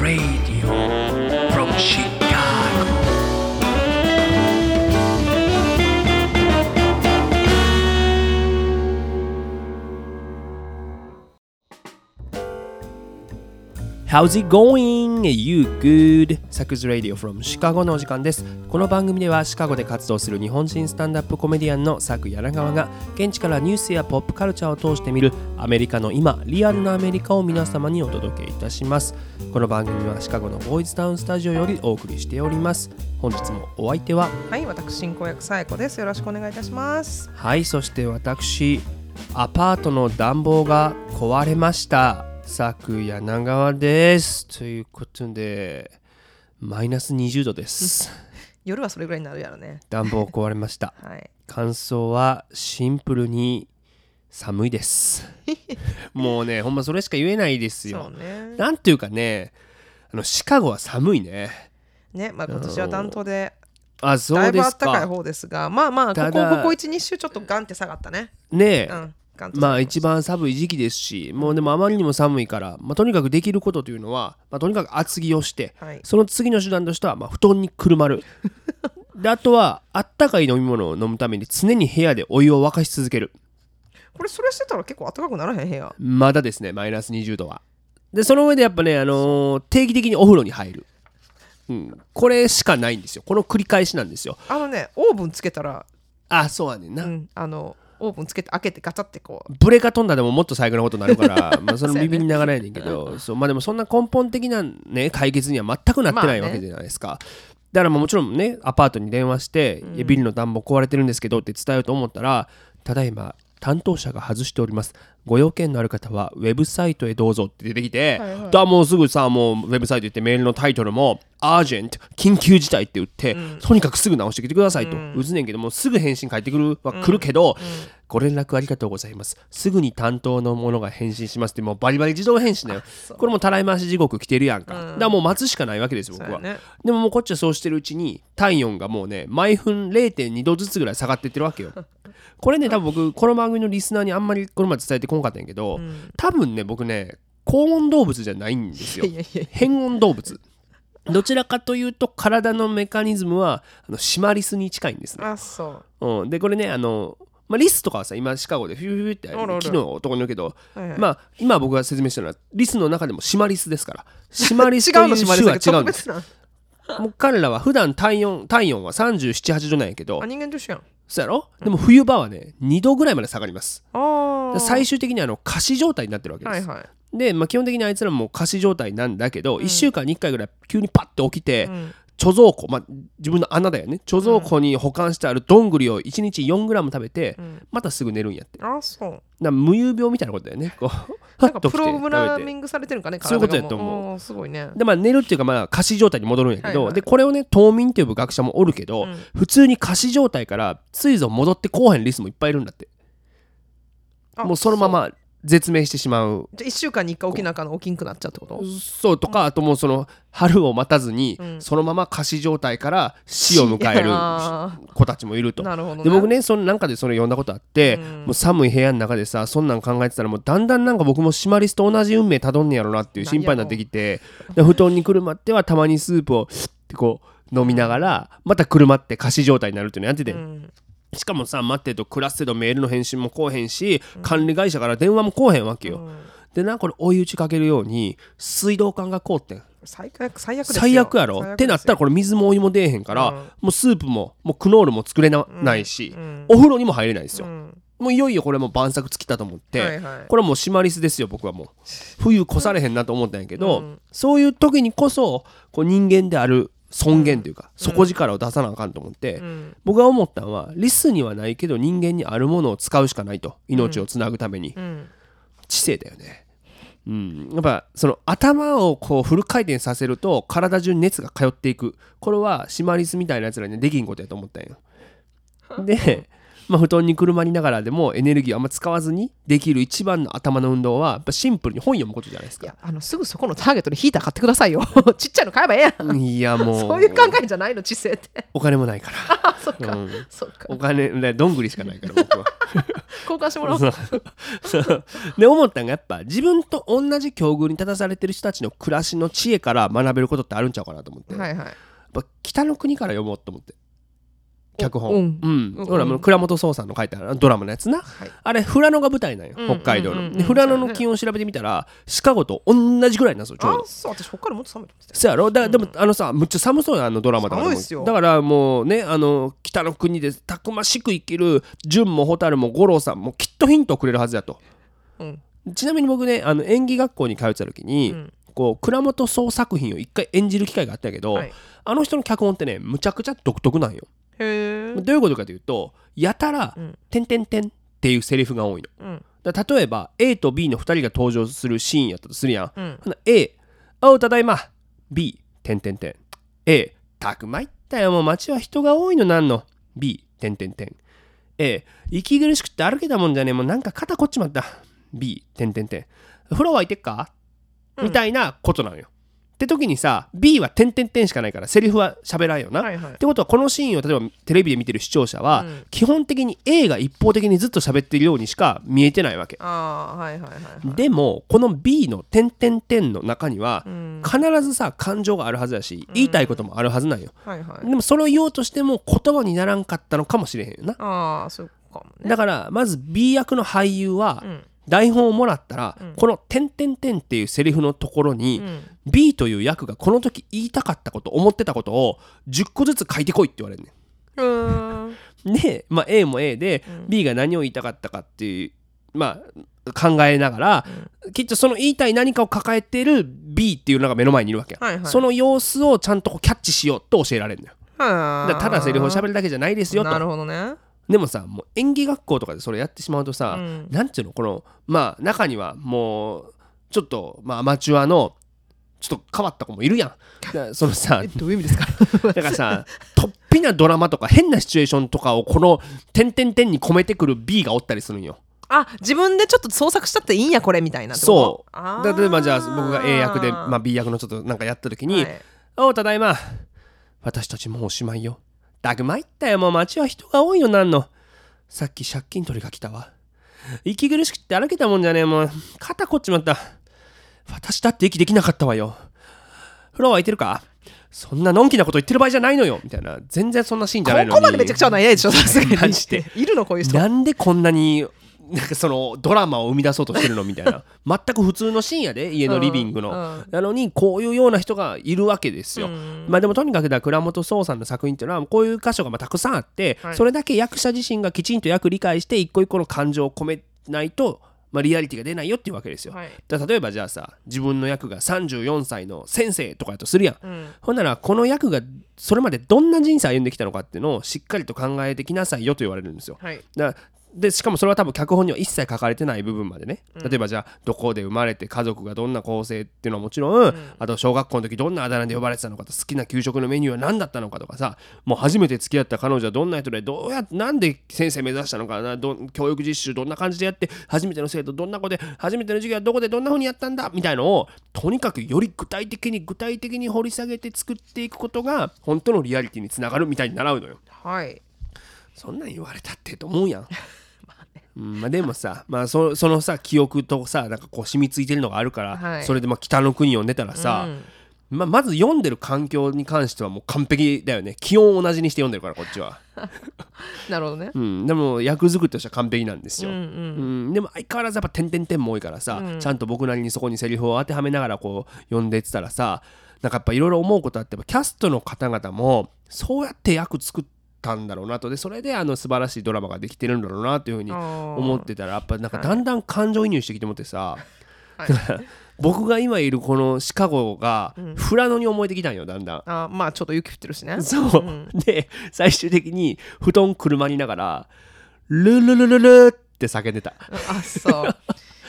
Radio from Chicago. How's it going? You good? サクズ Radio from Chicago のお時間です。この番組ではシカゴで活動する日本人スタンダップコメディアンのサク柳川が現地からニュースやポップカルチャーを通して見るアメリカの今、リアルなアメリカを皆様にお届けいたします。この番組はシカゴのボーイズタウンスタジオよりお送りしております。本日もお相手ははい、私進行役さえこです。よろしくお願いいたします。 はい、そして私アパートの暖房が壊れました。サク柳川です。ということでマイナス20度です夜はそれぐらいになるやろね。 暖房壊れました、 はい、 感想はシンプルに寒いですもうね、ほんまそれしか言えないですよ。 そうね、 なんていうかね、シカゴは寒いね。 ね、まあ、今年は暖冬であ、そうですか。 だいぶ暖かい方ですが、まあまあここ 1,2 週ちょっとガンって下がったね。 ねえ、まあ一番番寒い時期ですし、もうでもあまりにも寒いから、とにかくできることというのは、とにかく厚着をして、 はい、 その次の手段としては、布団にくるまるで、あとはあったかい飲み物を飲むために常に部屋でお湯を沸かし続ける。 これそれしてたら結構暖かくならへん部屋。 まだですね、マイナス20度は。でその上でやっぱね、定期的にお風呂に入る、これしかないんですよ。この繰り返しなんですよ。 オーブンつけたら、 そうやねんな、 オーブンつけて開けてガチャってこうブレーカー飛んだでももっと最悪なことになるからそのビビりながらやねんけどそう、でもそんな根本的な、ね、解決には全くなってないわけじゃないですか。だからもちろんね、アパートに電話して、ビルの暖房壊れてるんですけどって伝えようと思ったら、ただいま担当者が外しております。ご用件のある方はウェブサイトへどうぞって出てきて、もうすぐさ、もうウェブサイト行ってメールのタイトルもアージェント、緊急事態って言って、とにかくすぐ直してきてくださいと打つねんけども、すぐ返信返ってくるは来るけど、ご連絡ありがとうございます、すぐに担当の者が返信しますって、もうバリバリ自動返信だよ。これもたらい回し地獄来てるやんか、だからもう待つしかないわけですよ僕は、でももうこっちはそうしてるうちに体温がもうね、毎分 0.2 度ずつぐらい下がってってるわけよこれね、多分僕この番組のリスナーにあんまりこれまで伝えてこなかったんやけど、多分ね、僕ね、高温動物じゃないんですよ。変温動物。どちらかというと体のメカニズムはシマリスに近いんですね。 あ、そう。 でこれね、リスとかはさ、今シカゴでフューフューって昨日男に言うけど、今僕が説明したのはリスの中でもシマリスですから、シマリスという種は違うんです。もう彼らは普段体温は37、8度なんやけど、 人間と一緒やん。 そうやろ、でも冬場はね2度ぐらいまで下がります。最終的に仮死状態になってるわけです、で、基本的にあいつらも仮死状態なんだけど、1週間に1回ぐらい急にパッと起きて、貯蔵庫、自分の穴だよね、貯蔵庫に保管してあるどんぐりを1日4グラム食べて、またすぐ寝るんやって。 そうだ無有病みたいなことだよね。こうなんかプログラミングされてるんかね、 そういうことやと思う。 すごいね。 で寝るっていうか仮死状態に戻るんやけど、でこれをね冬眠っていう学者もおるけど、普通に仮死状態からついぞ戻ってこうへんリスもいっぱいいるんだって。もうそのまま絶命してしまう。 じゃあ1週間に1回起きなあかんの起きんくなっちゃうってこと？ そうとか、あともうその春を待たずに、そのまま仮死状態から死を迎える子たちもいると。 なるほどね。 で僕ね、なんかでそれ読んだことあって、もう寒い部屋の中でさ、そんなん考えてたら、もうだんだんなんか僕もシマリスと同じ運命たどんねやろなっていう心配になってきて、布団にくるまってはたまにスープをってこう飲みながら、またくるまって仮死状態になるっていうのやってて、しかもさ、待ってるとクラスでのメールの返信も来おへんし、管理会社から電話も来おへんわけよ、でこれ追い打ちかけるように水道管が凍ってん。 最悪ですよ。 最悪やろってなったら、これ水もお湯も出えへんから、もうスープももうクノールも作れないし、お風呂にも入れないですよ、もういよいよこれも晩作尽きたと思って、これはもうシマリスですよ。僕はもう冬越されへんなと思ったんやけど、そういう時にこそこう人間である尊厳というか、底力を出さなあかんと思って、僕が思ったのは、リスにはないけど人間にあるものを使うしかないと。命をつなぐために、知性だよね。やっぱその頭をこうフル回転させると体中に熱が通っていく。これはシマリスみたいなやつらにできんことやと思ったんよ。でまあ、布団にくるまりながらでもエネルギーをあんま使わずにできる一番の頭の運動はやっぱシンプルに本読むことじゃないですか。 いやすぐそこのターゲットにヒーター買ってくださいよちっちゃいの買えばええやん。 いやもうそういう考えじゃないの知性ってお金もないからそっか、そっかお金どんぐりしかないから僕は交換してもらおう。 そうで思ったのがやっぱ自分と同じ境遇に立たされてる人たちの暮らしの知恵から学べることってあるんちゃうかなと思って、 はいはい、 やっぱ北の国から読もうと思って脚本、ほら倉本壮さんの書いたドラマのやつな、はい、あれ富良野が舞台なんよ、北海道の。で富良野の気温を調べてみたらシカゴと同じぐらいなんですよちょうど。 あそう私北海道もっと寒いと思ってた。 そうやろでもさむっちゃ寒そうやドラマだからだからもうね北の国でたくましく生きる純も蛍も五郎さんもきっとヒントをくれるはずやと、ちなみに僕ね演技学校に通ってた時に、こう倉本壮作品を一回演じる機会があったんやけど、はい、あの人の脚本ってねむちゃくちゃ独特なんよ。へどういうことかというとやたら「てんてんてん」っていうセリフが多いの、だ例えば A と B の2人が登場するシーンやったとするやん、A おうただいま B てんてんてん A たくまいったよもう街は人が多いのなんの B てんてんてん A 息苦しくて歩けたもんじゃねえもうなんか肩こっちまった B てんてんてん風呂沸いてっか、みたいなことなのよ。って時にさ B は点々点しかないからセリフは喋らんよな、はいはい、ってことはこのシーンを例えばテレビで見てる視聴者は、基本的に A が一方的にずっと喋ってるようにしか見えてないわけ。でもこの B の点々点の中には、必ずさ感情があるはずだし、言いたいこともあるはずなんよ、でもそれを言おうとしても言葉にならんかったのかもしれへんよな。そうかもね。だからまず B 役の俳優は、台本をもらったら、この「てんてんてん」っていうセリフのところに、B という役がこの時言いたかったこと思ってたことを10個ずつ書いてこいって言われるねん。で、A も A で、B が何を言いたかったかっていう考えながら、きっとその言いたい何かを抱えている B っていうのが目の前にいるわけ、その様子をちゃんとキャッチしようと教えられるのよ。ただセリフを喋るだけじゃないですよと。なるほどね。でもさもう演技学校とかでそれやってしまうとさ、なんていうのこの中にはもうちょっとアマチュアのちょっと変わった子もいるやん。そのさどういう意味ですかだからさ突飛なドラマとか変なシチュエーションとかをこの点々点に込めてくる B がおったりするんよ。 自分でちょっと創作したっていいんやこれみたいな。 そう例えばじゃあ僕が A 役で、B 役のちょっとなんかやった時に、おうただいま私たちもうおしまいよだくまいったよもう街は人が多いのなんのさっき借金取りが来たわ息苦しくって歩けたもんじゃねえもう肩こっちまった私だって息できなかったわよ風呂沸いてるかそんなのんきなこと言ってる場合じゃないのよみたいな全然そんなシーンじゃないのにここまでめちゃくちゃないでしょさすがにいるのこういう人なんでこんなになんかそのドラマを生み出そうとしてるのみたいな全く普通のシーンやで家のリビングの、なのにこういうような人がいるわけですよ、でもとにかく倉本壮さんの作品っていうのはこういう箇所がたくさんあって、それだけ役者自身がきちんと役理解して一個一個の感情を込めないと、リアリティが出ないよっていうわけですよ、例えばじゃあさ自分の役が34歳の先生とかやとするやん、ほんならこの役がそれまでどんな人生歩んできたのかっていうのをしっかりと考えてきなさいよと言われるんですよ、だからでしかもそれは多分脚本には一切書かれてない部分までね、例えばじゃあどこで生まれて家族がどんな構成っていうのはもちろん、あと小学校の時どんなあだ名で呼ばれてたのかと好きな給食のメニューは何だったのかとかさ、もう初めて付き合った彼女はどんな人でなんで先生目指したのかな、教育実習どんな感じでやって初めての生徒どんな子で初めての授業はどこでどんな風にやったんだみたいのをとにかくより具体的に掘り下げて作っていくことが本当のリアリティにつながるみたいに習うのよ。そんなん言われたってと思うやんでもさ、そのさ記憶とさなんかこう染みついてるのがあるから、それで北の国を出たらさ、まず読んでる環境に関してはもう完璧だよね。気温を同じにして読んでるからこっちはなるほどね、 でも役作りとしては完璧なんですよ、でも相変わらずやっぱ点々点も多いからさ、ちゃんと僕なりにそこにセリフを当てはめながらこう読んでいってたらさ、なんかやっぱいろいろ思うことあって、キャストの方々もそうやって役作ったんだろうなと、でそれで素晴らしいドラマができてるんだろうなというふうに思ってたら、やっぱなんかだんだん感情移入してきてもってさ、僕が今いるこのシカゴが富良野に思えてきたんよだんだん。 ちょっと雪降ってるしね。 そう、で最終的に布団くるまりながらルルルルルって叫んでた。 そう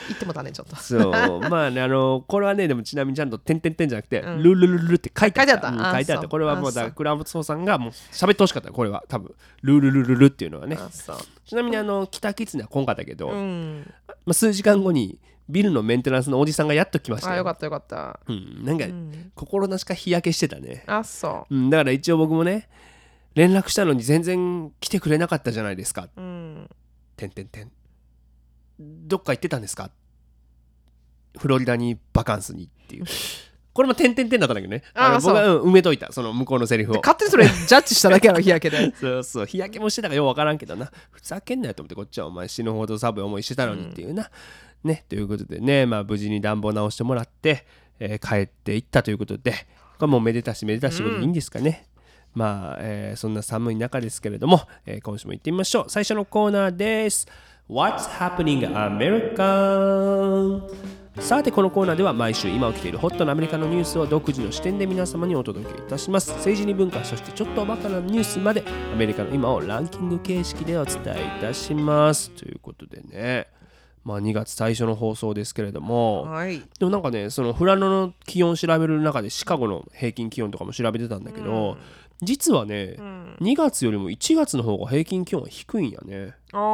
言ってもたねちょっと。 そうまあねこれはねでもちなみにちゃんと点々点じゃなくて、 うんルルルルルって書いてあった。 書いてあった書いてあった。これはもうだからそうクラブソーさんがもう喋ってほしかった。これは多分ルルルルルっていうのはね。 そうちなみに北キツネは来んかったけど、 うん数時間後にビルのメンテナンスのおじさんがやっと来ましたよ。 よかったよかった。 なんか、心なしか日焼けしてたね。 そう、 だから一応僕もね連絡したのに全然来てくれなかったじゃないですか。てんてんてん。どっか行ってたんですか？フロリダにバカンスにっていう。これも点々点だったんだけどね。僕は埋めといたその向こうのセリフを。 勝手にそれジャッジしただけやろ日焼けで。 そうそう日焼けもしてたからようわからんけどな。ふざけんなよと思ってこっちはお前死ぬほど寒い思いしてたのにっていうな。ねということでね無事に暖房直してもらって、帰っていったということでこれもうめでたしめでたしことでいいんですかね。そんな寒い中ですけれども、今週も行ってみましょう。最初のコーナーです。What's happening America？ さてこのコーナーでは毎週今起きているホットなアメリカのニュースを独自の視点で皆様にお届けいたします。政治に文化そしてちょっとおバカなニュースまでアメリカの今をランキング形式でお伝えいたしますということでね2月最初の放送ですけれども、 はい、 でもなんかねその富良野の気温調べる中でシカゴの平均気温とかも調べてたんだけど、実はね、2月よりも1月の方が平均気温は低いんやね。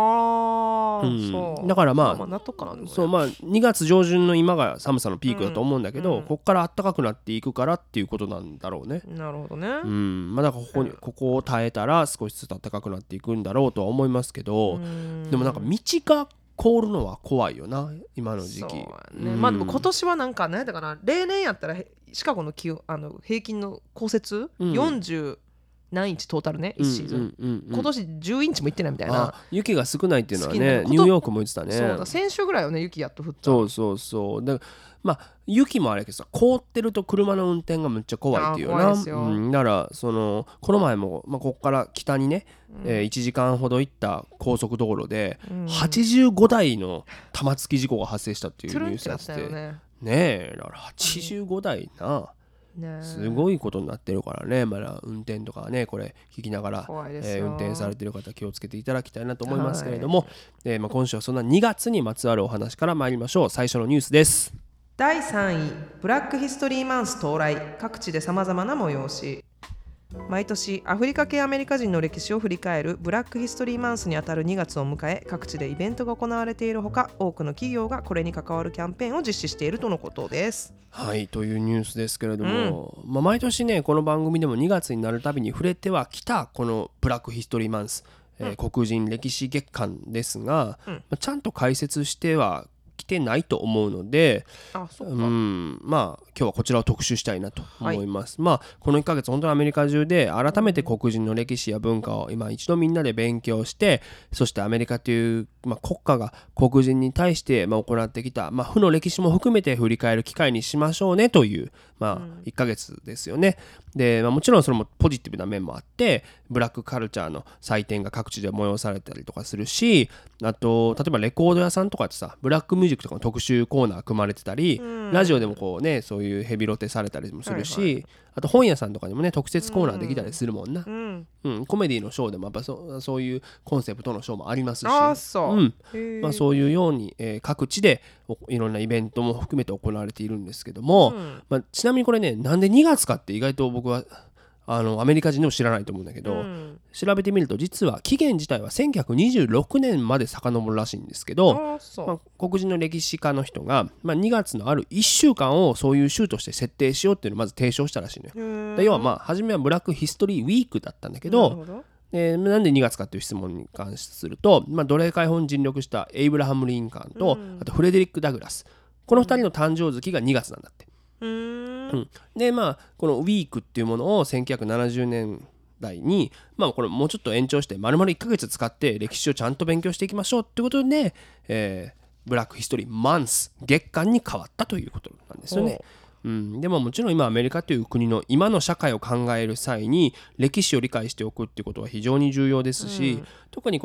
そうだから納得かな。 そう2月上旬の今が寒さのピークだと思うんだけど、ここから暖かくなっていくからっていうことなんだろうね。 なるほどね。 だからここを耐えたら少しずつ暖かくなっていくんだろうとは思いますけど、でもなんか道が凍るのは怖いよな今の時期。 でも今年はなんか何だかな例年やったらシカゴの平均の降雪、40何インチトータルね1シーズン、今年10インチもいってないみたいな。 雪が少ないっていうのはねニューヨークも言ってたね。 そうだ先週ぐらいはね雪やっと降った。 そうだ雪もあれやけどさ凍ってると車の運転がめっちゃ怖いっていうよな。だからこの前も、ここから北にね、1時間ほど行った高速道路で、85台の玉突き事故が発生したっていうニュースやっててねだから85台な、すごいことになってるからね。運転とかねこれ聞きながら、運転されてる方気をつけていただきたいなと思いますけれども、今週はそんな2月にまつわるお話から参りましょう。最初のニュースです。 第3位ブラックヒストリーマンス到来、各地でさまざまな催し。毎年アフリカ系アメリカ人の歴史を振り返るブラックヒストリーマンスにあたる2月を迎え、各地でイベントが行われているほか、多くの企業がこれに関わるキャンペーンを実施しているとのことです。 はいというニュースですけれども、毎年ねこの番組でも2月になるたびに触れてはきたこのブラックヒストリーマンス、黒人歴史月間ですが、ちゃんと解説しては来てないと思うので、今日はこちらを特集したいなと思います。この1ヶ月本当にアメリカ中で改めて黒人の歴史や文化を今一度みんなで勉強して、そしてアメリカという、国家が黒人に対して行ってきた、負の歴史も含めて振り返る機会にしましょうねという、1ヶ月ですよね。で、もちろんそれもポジティブな面もあってブラックカルチャーの祭典が各地で催されたりとかするし、あと例えばレコード屋さんとかってさブラックミュージックとかの特集コーナー組まれてたり、ラジオでもこうねそういうヘビロテされたりもするし、あと本屋さんとかにもね特設コーナーできたりするもんな。コメディのショーでもやっぱそういうコンセプトのショーもありますし、そういうように、各地でいろんなイベントも含めて行われているんですけども、ちなみにこれねなんで2月かって意外と僕はアメリカ人でも知らないと思うんだけど、調べてみると実は起源自体は1926年まで遡るらしいんですけど、黒人の歴史家の人が、2月のある1週間をそういう週として設定しようっていうのをまず提唱したらしいのよ。で要は初めはブラックヒストリーウィークだったんだけど、なんで2月かっていう質問に関してすると、奴隷解放に尽力したエイブラハム・リンカーンと、あとフレデリック・ダグラス、この2人の誕生月が2月なんだって。でこのウィークっていうものを1970年代にこれもうちょっと延長して丸々1ヶ月使って歴史をちゃんと勉強していきましょうってことで、ブラックヒストリーマンス月間に変わったということなんですよね。でももちろん今アメリカという国の今の社会を考える際に歴史を理解しておくっていうことは非常に重要ですし、特にこの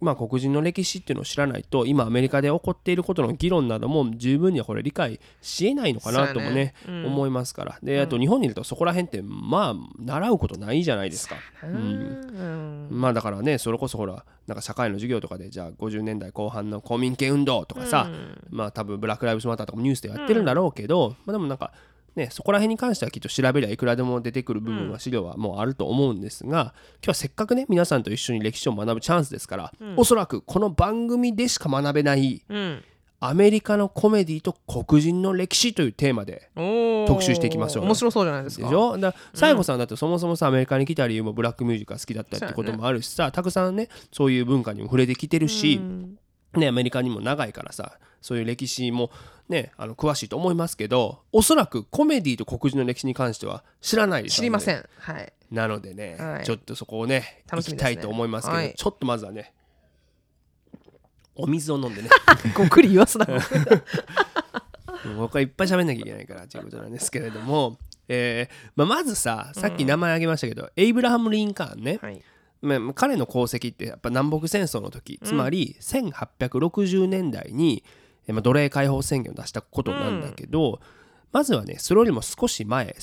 黒人の歴史っていうのを知らないと今アメリカで起こっていることの議論なども十分にはこれ理解しえないのかなともね、思いますから。であと日本にいるとそこら辺って習うことないじゃないですか。だからね、それこそほらなんか社会の授業とかでじゃあ50年代後半の公民権運動とかさ、多分ブラックライブズマターとかもニュースでやってるんだろうけど、でもなんかね、そこら辺に関してはきっと調べりゃいくらでも出てくる部分は資料はもうあると思うんですが、今日はせっかくね皆さんと一緒に歴史を学ぶチャンスですから、おそらくこの番組でしか学べない、アメリカのコメディと黒人の歴史というテーマで特集していきましょう。 面白そうじゃないですか。 でしょ。だ西郷さんだってそもそもさアメリカに来た理由もブラックミュージックが好きだったってこともあるしさ、たくさんねそういう文化にも触れてきてるし、ね、アメリカにも長いからさそういう歴史もね詳しいと思いますけど、おそらくコメディと黒人の歴史に関しては知らないでしょうね。 知りません。はい。 なのでね、ちょっとそこをね行きたいと思いますけど、ちょっとまずはねお水を飲んでねごっくり言わすな僕はいっぱい喋んなきゃいけないからということなんですけれども、まずさっき名前挙げましたけど、エイブラハム・リンカーンね、彼の功績ってやっぱ南北戦争の時、つまり1860年代に奴隷解放宣言を出したことなんだけど、まずはねそれよりも少し前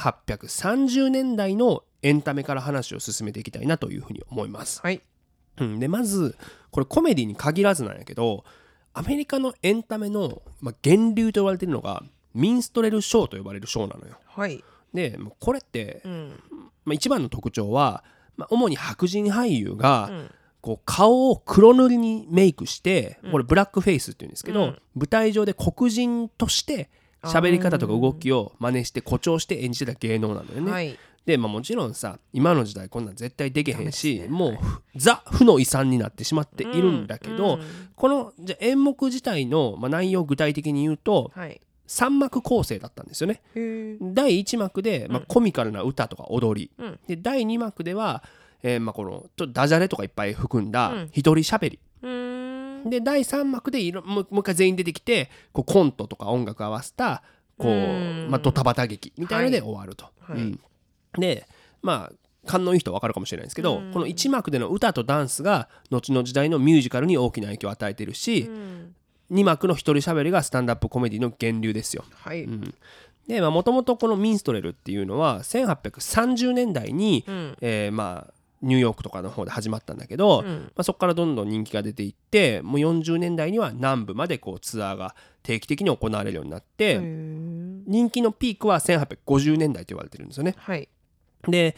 1830年代のエンタメから話を進めていきたいなというふうに思います。でまずこれコメディに限らずなんやけど、アメリカのエンタメの源流と言われているのがミンストレルショーと呼ばれるショーなのよ。でこれって、一番の特徴は主に白人俳優がこう顔を黒塗りにメイクして、これブラックフェイスっていうんですけど、舞台上で黒人として喋り方とか動きを真似して誇張して演じてた芸能なのよね。でもちろんさ今の時代こんなん絶対できへんし、もうザ負の遺産になってしまっているんだけど、このじゃ演目自体の内容を具体的に言うと、3幕構成だったんですよね。第1幕で、コミカルな歌とか踊り、で第2幕では、このちょっとダジャレとかいっぱい含んだ一人しゃべり、で第3幕でもう一回全員出てきてこうコントとか音楽合わせたこう、ドタバタ劇みたいなので終わると。で勘のいい人は分かるかもしれないんですけど、この1幕での歌とダンスが後の時代のミュージカルに大きな影響を与えてるし、2幕の一人しゃべりがスタンダップコメディの源流ですよ。でもともとこのミンストレルっていうのは1830年代に、ニューヨークとかの方で始まったんだけど、そこからどんどん人気が出ていって、もう40年代には南部までこうツアーが定期的に行われるようになって、人気のピークは1850年代と言われてるんですよね。で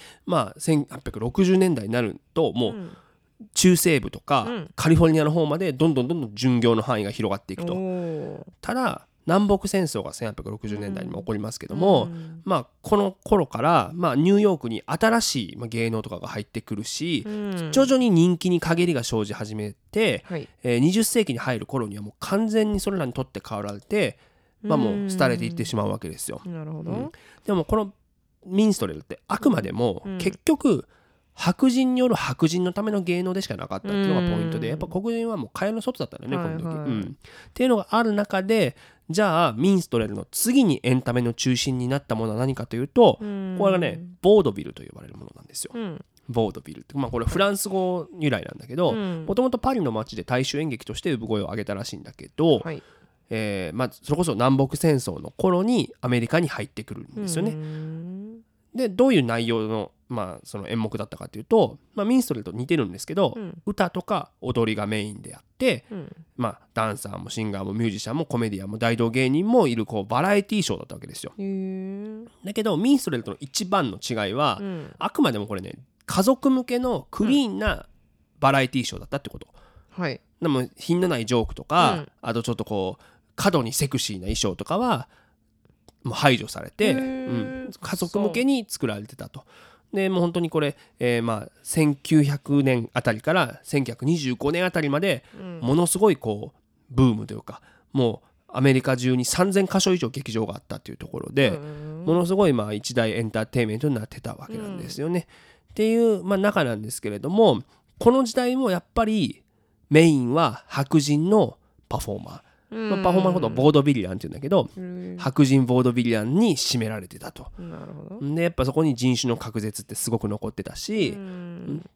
1860年代になるともう中西部とか、カリフォルニアの方までどんどん巡業の範囲が広がっていくと。ただ南北戦争が1860年代にも起こりますけども、この頃から、ニューヨークに新しい芸能とかが入ってくるし、徐々に人気に陰りが生じ始めて、20世紀に入る頃にはもう完全にそれらにとって変わられて、もう廃れていってしまうわけですよ。でもこのミンストレルってあくまでも結局白人による白人のための芸能でしかなかったっていうのがポイントで、やっぱ黒人はもう蚊帳の外だったんだよね、この時。っていうのがある中で、じゃあミンストレルの次にエンタメの中心になったものは何かというと、これがねボードビルと呼ばれるものなんですよ。ボードビルって、これフランス語由来なんだけど、もともとパリの街で大衆演劇として産声を上げたらしいんだけど、それこそ南北戦争の頃にアメリカに入ってくるんですよね。でどういう内容のその演目だったかというと、ミンストレルと似てるんですけど、歌とか踊りがメインであって、ダンサーもシンガーもミュージシャンもコメディアンも大道芸人もいるこうバラエティーショーだったわけですよ。だけどミンストレルとの一番の違いは、あくまでもこれね家族向けのクリーンなバラエティーショーだったってこと。でも品のないジョークとか、あとちょっとこう過度にセクシーな衣装とかはもう排除されて、家族向けに作られてたと。でもう本当にこれ、1900年あたりから1925年あたりまでものすごいこうブームというか、もうアメリカ中に3000カ所以上劇場があったというところで、ものすごい一大エンターテインメントになってたわけなんですよね。っていう中なんですけれども、この時代もやっぱりメインは白人のパフォーマー、パフォーマーのことをボードビリアンって言うんだけど、白人ボードビリアンに占められてたと。でやっぱそこに人種の隔絶ってすごく残ってたし、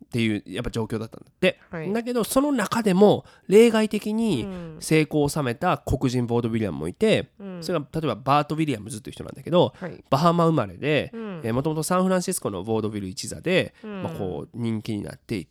っていうやっぱ状況だったんだって、 はい、 だけどその中でも例外的に成功を収めた黒人ボード・ウィリアムもいて、それが例えばバート・ウィリアムズという人なんだけど、はい、バハマ生まれでもともとサンフランシスコのボードビル一座で、こう人気になっていって、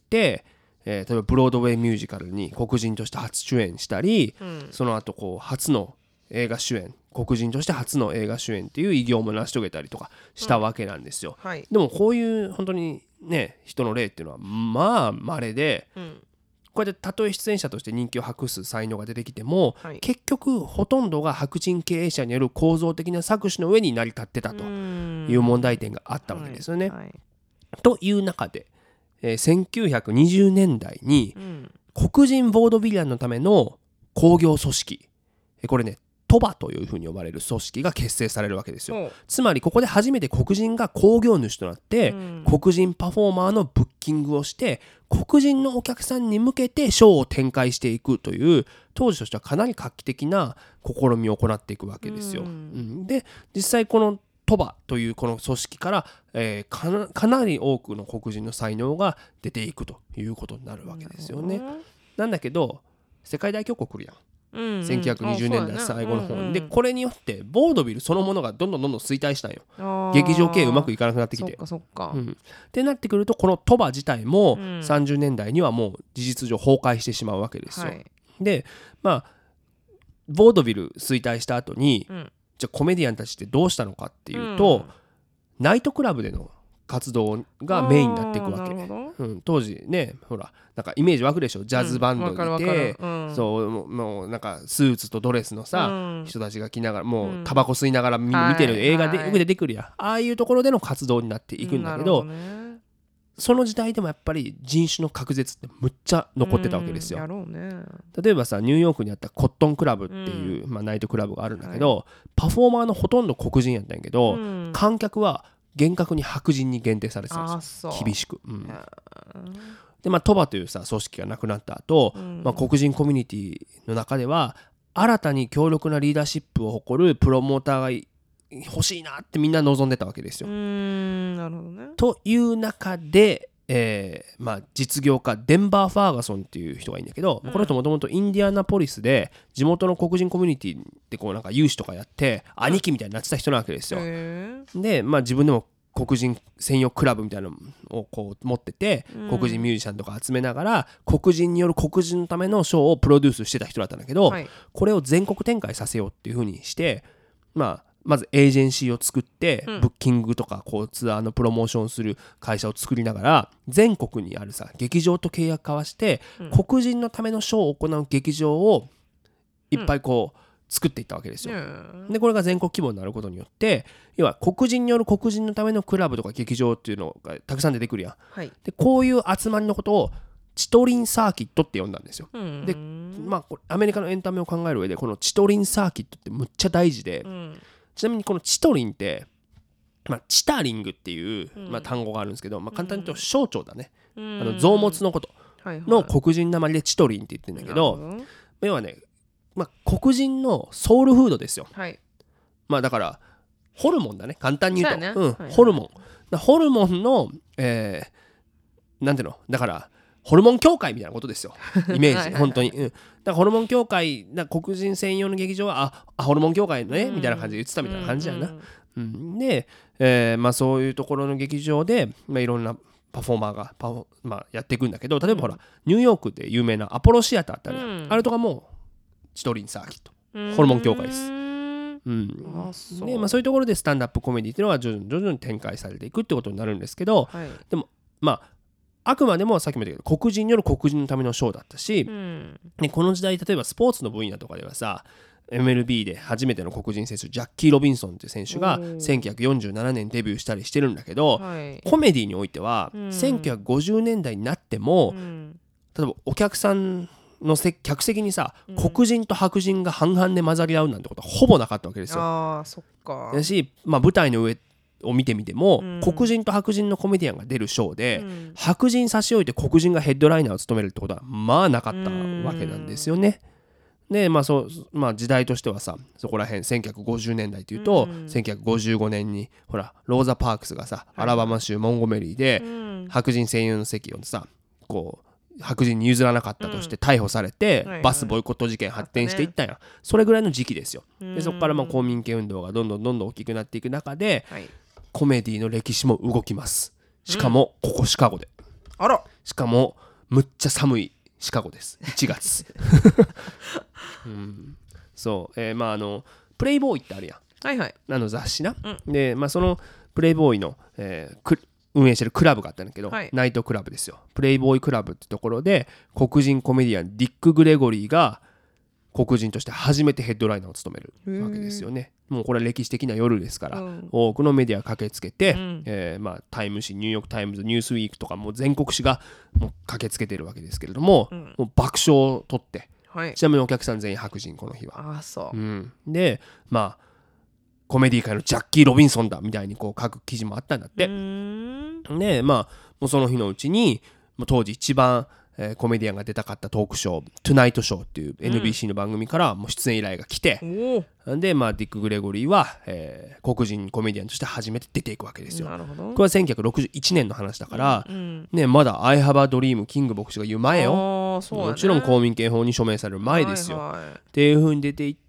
例えばブロードウェイミュージカルに黒人として初主演したり、その後こう初の映画主演、黒人として初の映画主演っていう偉業も成し遂げたりとかしたわけなんですよ、はい、でもこういう本当にね人の例っていうのはまあ稀で、こうやってたとえ出演者として人気を博す才能が出てきても、はい、結局ほとんどが白人経営者による構造的な搾取の上に成り立ってたという問題点があったわけですよね、はいはい、という中で、1920年代に黒人ボードビリアンのための工業組織、これねトバというふうに呼ばれる組織が結成されるわけですよ。つまりここで初めて黒人が興行主となって、黒人パフォーマーのブッキングをして黒人のお客さんに向けてショーを展開していくという当時としてはかなり画期的な試みを行っていくわけですよ。で実際このトバというこの組織から、かなり多くの黒人の才能が出ていくということになるわけですよね。なんだけど世界大恐慌来るやん。1920年代最後の方で、これによってボードビルそのものがどんどん衰退したんよ。劇場経営うまくいかなくなってきて、ってなってくるとこのトバ自体も30年代にはもう事実上崩壊してしまうわけですよ、はい、でまあボードビル衰退した後に、じゃあコメディアンたちってどうしたのかっていうと、ナイトクラブでの活動がメインになっていくわけ、当時ねほらなんかイメージ湧くでしょ、ジャズバンドにいて、そうもうなんかスーツとドレスのさ、人たちが着ながらもうタバコ吸いながら見てる映画でよく出てくるやん、ああいうところでの活動になっていくんだけど、その時代でもやっぱり人種の隔絶ってむっちゃ残ってたわけですよ、例えばさニューヨークにあったコットンクラブっていう、ナイトクラブがあるんだけど、パフォーマーのほとんど黒人やったんやけど、観客は厳格に白人に限定されてたんですよ、厳しく、でトバというさ組織がなくなった後、黒人コミュニティの中では新たに強力なリーダーシップを誇るプロモーターが欲しいなってみんな望んでたわけですよ。 なるほどね。 という中で、実業家デンバー・ファーガソンっていう人がいいんだけど、この人もともとインディアナポリスで地元の黒人コミュニティでこうなんか有志とかやって兄貴みたいになってた人なわけですよ。で自分でも黒人専用クラブみたいなのをこう持ってて、黒人ミュージシャンとか集めながら黒人による黒人のためのショーをプロデュースしてた人だったんだけど、これを全国展開させようっていう風にして、まずエージェンシーを作って、ブッキングとかこうツアーのプロモーションする会社を作りながら全国にあるさ劇場と契約交わして、黒人のためのショーを行う劇場をいっぱいこう作っていったわけですよ。でこれが全国規模になることによって要は黒人による黒人のためのクラブとか劇場っていうのがたくさん出てくるやん、でこういう集まりのことをチトリンサーキットって呼んだんですよ。でアメリカのエンタメを考える上でこのチトリンサーキットってむっちゃ大事で、ちなみにこのチトリンって、チタリングっていう、単語があるんですけど、簡単に言うと小腸だね、臓物のことの黒人なまりでチトリンって言ってるんだけど、要はね、黒人のソウルフードですよ、だからホルモンだね簡単に言うと、ホルモンの、なんていうのだからホルモン協会みたいなことですよイメージ本当に、だからホルモン協会黒人専用の劇場はホルモン協会のねみたいな感じで言ってたみたいな感じやな、で、そういうところの劇場で、いろんなパフォーマーがやっていくんだけど、例えばほらニューヨークで有名なアポロシアターってあるやん、あれとかもチトリンサーキットホルモン協会です。でそういうところでスタンダップコメディっていうのは徐々に展開されていくってことになるんですけど、でもあくまでもさっきも言ったけど黒人による黒人のためのショーだったし、でこの時代例えばスポーツの分野とかではさ MLB で初めての黒人選手ジャッキー・ロビンソンっていう選手が1947年デビューしたりしてるんだけど、コメディにおいては1950年代になっても、例えばお客さんの客席にさ、黒人と白人が半々で混ざり合うなんてことはほぼなかったわけですよ。 そっか。 だし、舞台の上を見てみても、黒人と白人のコメディアンが出るショーで、白人差し置いて黒人がヘッドライナーを務めるってことはなかったわけなんですよね。 で時代としてはさ、そこら辺1950年代というと、1955年にほらローザ・パークスがさ、アラバマ州モンゴメリーで白人専用の席をさこう白人に譲らなかったとして逮捕されて、バスボイコット事件発展していったんや、それぐらいの時期ですよ。でそこから公民権運動がどんどん大きくなっていく中で、コメディの歴史も動きます。しかもここシカゴで、しかもむっちゃ寒いシカゴです。1月、そう、プレイボーイってあるやん、雑誌な、で、そのプレイボーイの、運営してるクラブがあったんだけど、ナイトクラブですよ。プレイボーイクラブってところで黒人コメディアンディック・グレゴリーが黒人として初めてヘッドライナーを務めるわけですよね。もうこれは歴史的な夜ですから、多くのメディア駆けつけて、タイム誌、ニューヨークタイムズ、ニュースウィークとかもう全国紙がもう駆けつけてるわけですけれども、もう爆笑を取って、ちなみにお客さん全員白人、この日は。でコメディ界のジャッキー・ロビンソンだみたいにこう書く記事もあったんだって。でもうその日のうちにもう当時一番コメディアンが出たかったトークショートゥナイトショーっていう NBC の番組からもう出演依頼が来て、でディック・グレゴリーは、黒人コメディアンとして初めて出ていくわけですよ。これは1961年の話だから、まだ I have a dream キング牧師が言う前よ。もちろん公民権法に署名される前ですよ、っていう風に出ていって、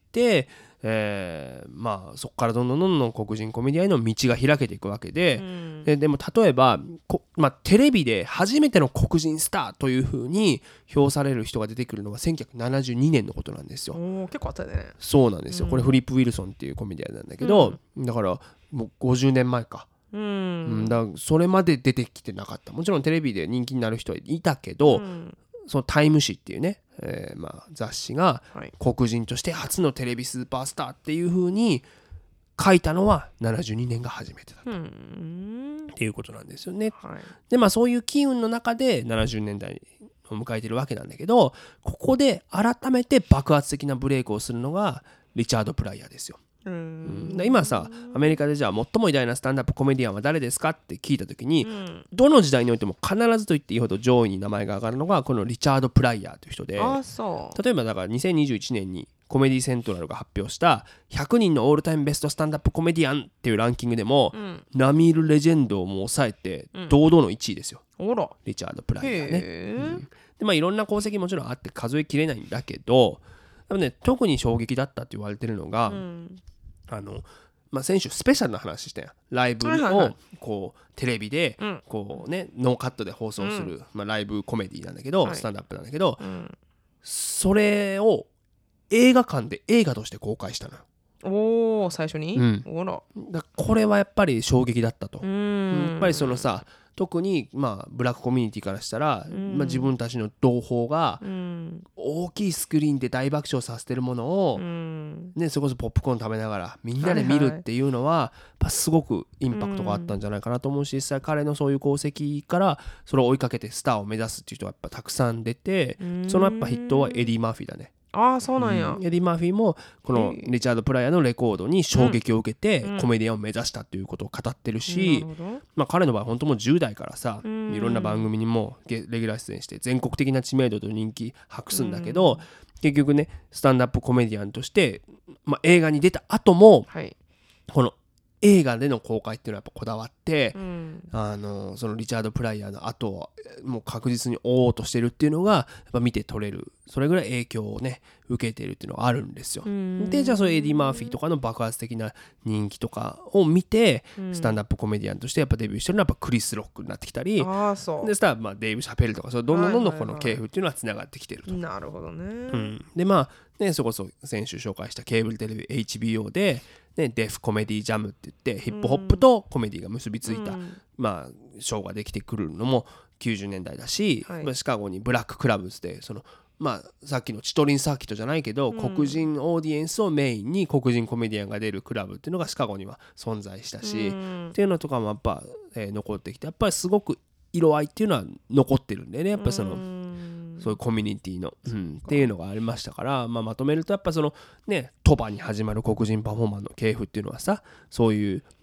そこからどんどん黒人コメディアンへの道が開けていくわけで、でも例えばテレビで初めての黒人スターという風に評される人が出てくるのは1972年のことなんですよ。 結構あったね。 そうなんですよ、これフリップ・ウィルソンっていうコメディアンなんだけど、だからもう50年前か、だからそれまで出てきてなかった。もちろんテレビで人気になる人はいたけど、そのタイム誌っていうね、雑誌が黒人として初のテレビスーパースターっていう風に書いたのは72年が初めてだったっていうことなんですよね。でそういう機運の中で70年代を迎えてるわけなんだけど、ここで改めて爆発的なブレイクをするのがリチャード・プライヤーですよ。今さ、アメリカでじゃあ最も偉大なスタンダップコメディアンは誰ですかって聞いた時に、どの時代においても必ずと言っていいほど上位に名前が上がるのがこのリチャード・プライヤーという人で、例えばだから2021年にコメディセントラルが発表した100人のオールタイムベストスタンダップコメディアンっていうランキングでも、ナミール・レジェンドをも抑えて堂々の1位ですよ、リチャード・プライヤーね。でいろんな功績もちろんあって数えきれないんだけど、でもね、特に衝撃だったって言われてるのが、先週スペシャルな話したやん。ライブをこうテレビでこうねノーカットで放送する、ライブコメディなんだけど、スタンダップなんだけど、それを映画館で映画として公開したの。 最初に、 だこれはやっぱり衝撃だったと。やっぱりそのさ、特にブラックコミュニティからしたら、自分たちの同胞が大きいスクリーンで大爆笑させてるものを、それこそポップコーン食べながらみんなで見るっていうのは、すごくインパクトがあったんじゃないかなと思うし、実際彼のそういう功績からそれを追いかけてスターを目指すっていう人がやっぱたくさん出て、そのやっぱ筆頭はエディ・マーフィーだね。 そうなんや。 エディ・マーフィーもこのリチャード・プライヤーのレコードに衝撃を受けてコメディアンを目指したということを語ってるし、彼の場合本当もう10代からさ、いろんな番組にもレギュラー出演して全国的な知名度と人気博すんだけど、結局ねスタンダップコメディアンとして、映画に出た後も、この映画での公開っていうのはやっぱこだわって、そのリチャード・プライヤーの後をもう確実に追おうとしてるっていうのがやっぱ見て取れる、それぐらい影響をね受けてるっていうのがあるんですよ。でじゃあそれエディ・マーフィーとかの爆発的な人気とかを見て、スタンダップコメディアンとしてやっぱデビューしてるのはやっぱクリス・ロックになってきたり、でしたらデイブ・シャペルとか、それどんどんこの系譜っていうのはつながってきてると。 なるほどね。 でそこそ先週紹介したケーブルテレビ HBO で、デフコメディジャムって言ってヒップホップとコメディが結びついた、ショーができてくるのも90年代だし、シカゴにブラッククラブズでそのさっきのチトリンサーキットじゃないけど、黒人オーディエンスをメインに黒人コメディアンが出るクラブっていうのがシカゴには存在したし、っていうのとかもやっぱ、残ってきて、やっぱりすごく色合いっていうのは残ってるんでね、やっぱりそのそういうコミュニティの、っていうのがありましたから、まとめるとやっぱそのね鳥羽に始まる黒人パフォーマーの系譜っていうのはさ、そういう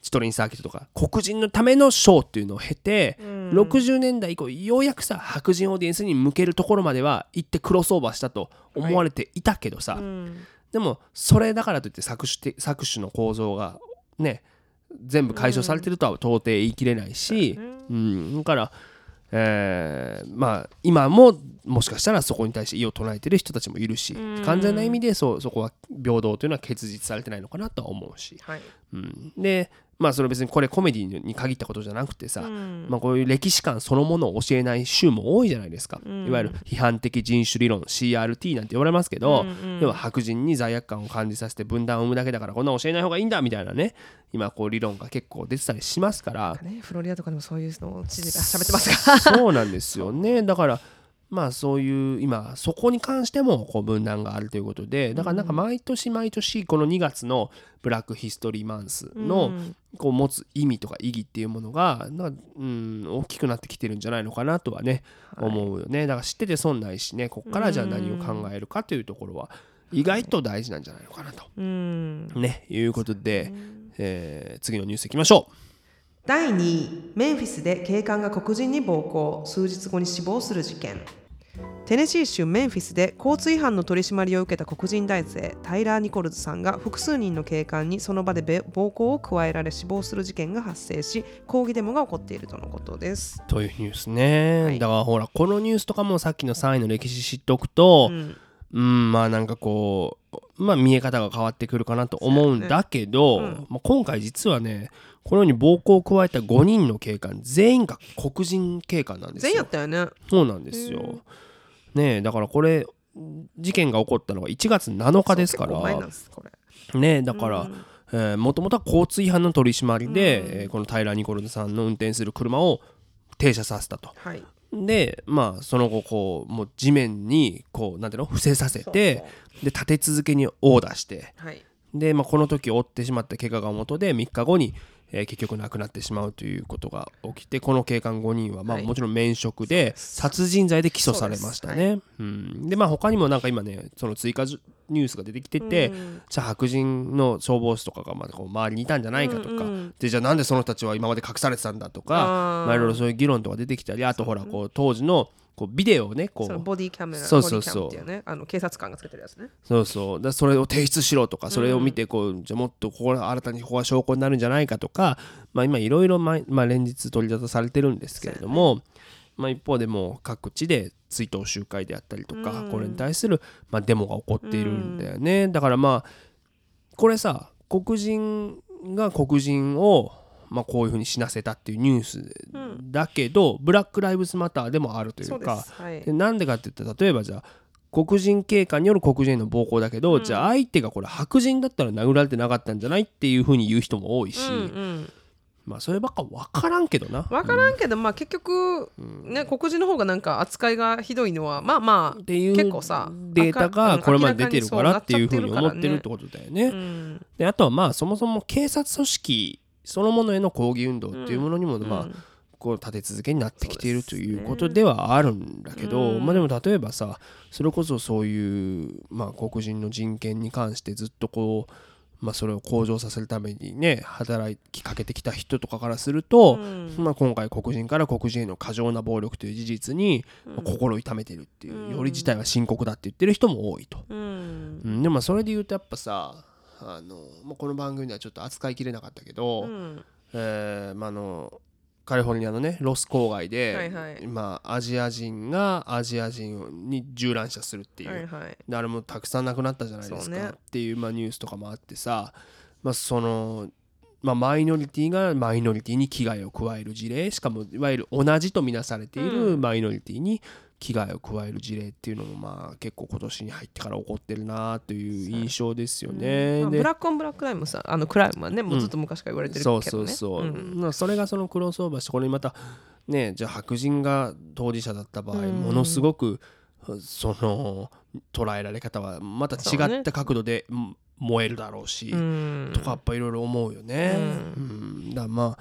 チトリンサーキットとか黒人のためのショーっていうのを経て、60年代以降ようやくさ白人オーディエンスに向けるところまでは行ってクロスオーバーしたと思われていたけどさ、でもそれだからといって搾取の構造がね全部解消されてるとは到底言い切れないし、だから、まあ今ももしかしたらそこに対して異を唱えてる人たちもいるし、完全な意味でそこは平等というのは結実されてないのかなとは思うし、でまあそれ別にこれコメディに限ったことじゃなくてさ、まあ、こういう歴史観そのものを教えない州も多いじゃないですか、いわゆる批判的人種理論 CRT なんて言われますけど、要は白人に罪悪感を感じさせて分断を生むだけだからこんな教えない方がいいんだみたいなね、今こう理論が結構出てたりしますから、 フロリダとかでもそういうのを知事が喋ってますからそうなんですよね。だからまあそういう今そこに関してもこう分断があるということで、だからなんか毎年毎年この2月のブラックヒストリーマンスのこう持つ意味とか意義っていうものがなんか大きくなってきてるんじゃないのかなとはね思うよね。だから知ってて損ないしね、こっからじゃあ何を考えるかというところは意外と大事なんじゃないのかなとねいうことで、次のニュースいきましょう。 第2位、メンフィスで警官が黒人に暴行、数日後に死亡する事件。テネシー州メンフィスで交通違反の取り締まりを受けた黒人男性タイラー・ニコルズさんが複数人の警官にその場で暴行を加えられ死亡する事件が発生し、抗議デモが起こっているとのことです。 というニュースね、だからほらこのニュースとかもさっきの3位の歴史知っておくと、まあなんかこう、まあ、見え方が変わってくるかなと思うんだけど、まあ、今回実はねこのように暴行を加えた5人の警官全員が黒人警官なんですよ。 全員やったよね。 そうなんですよ。ねえだからこれ事件が起こったのが1月7日ですからねえだからもともとは交通違反の取り締まりで、このタイラー・ニコルズさんの運転する車を停車させたと。でまあその後こうもう地面にこうなんていうの伏せさせてで立て続けに殴打して、で、まあ、この時負ってしまった怪我が元で3日後に結局亡くなってしまうということが起きて、この警官5人はまあもちろん免職で殺人罪で起訴されましたね。でまあ他にもなんか今ねその追加ニュースが出てきてて、じゃあ白人の消防士とかがまだこう周りにいたんじゃないかとか、でじゃあなんでその人たちは今まで隠されてたんだとか、まあいろいろそういう議論とか出てきたり、あとほらこう当時のこうビデオをねこうそのボディキャメラ、 そうボディキャムっていうね、警察官がつけてるやつね。 だそれを提出しろとか、それを見てこうじゃあもっとここ新たにここが証拠になるんじゃないかとか、まあ今いろいろ連日取り沙汰されてるんですけれども、まあ一方でも各地で追悼集会であったりとか、これに対するまあデモが起こっているんだよね。だからまあこれさ黒人が黒人をまあ、こういうふうに死なせたっていうニュースだけど、ブラックライブズマターでもあるというか、でなんでかって言ったら例えばじゃあ黒人警官による黒人への暴行だけど、じゃあ相手がこれ白人だったら殴られてなかったんじゃないっていうふうに言う人も多いし、まあそればっか分からんけどな。 分からんけど、まあ結局ね黒人の方がなんか扱いがひどいのはまあまあっていう結構さデータがこれまで出てるからっていうふうに思ってるってことだよね。であとはまあそもそも警察組織そのものへの抗議運動っていうものにもまあこう立て続けになってきているということではあるんだけど、まあでも例えばさそれこそそういうまあ黒人の人権に関してずっとこうまあそれを向上させるためにね働きかけてきた人とかからすると、まあ今回黒人から黒人への過剰な暴力という事実に心を痛めているっていう、より事態は深刻だって言ってる人も多いと。でもそれで言うとやっぱさまあ、この番組ではちょっと扱いきれなかったけど、まあカリフォルニアのねロス郊外で、まあ、アジア人がアジア人に銃乱射するっていう、あれもたくさん亡くなったじゃないですか、っていう、まあ、ニュースとかもあってさ、まあそのまあ、マイノリティがマイノリティに危害を加える事例、しかもいわゆる同じとみなされているマイノリティに危害を加える事例っていうのもまあ結構今年に入ってから起こってるなという印象ですよね。 ブラックオンブラッククライムさクライムはねもうずっと昔から言われてるけどね。 それがそのクロスオーバーしてこれにまたねじゃあ白人が当事者だった場合ものすごくその捉えられ方はまた違った角度で燃えるだろうしとかやっぱいろいろ思うよね。だからまあ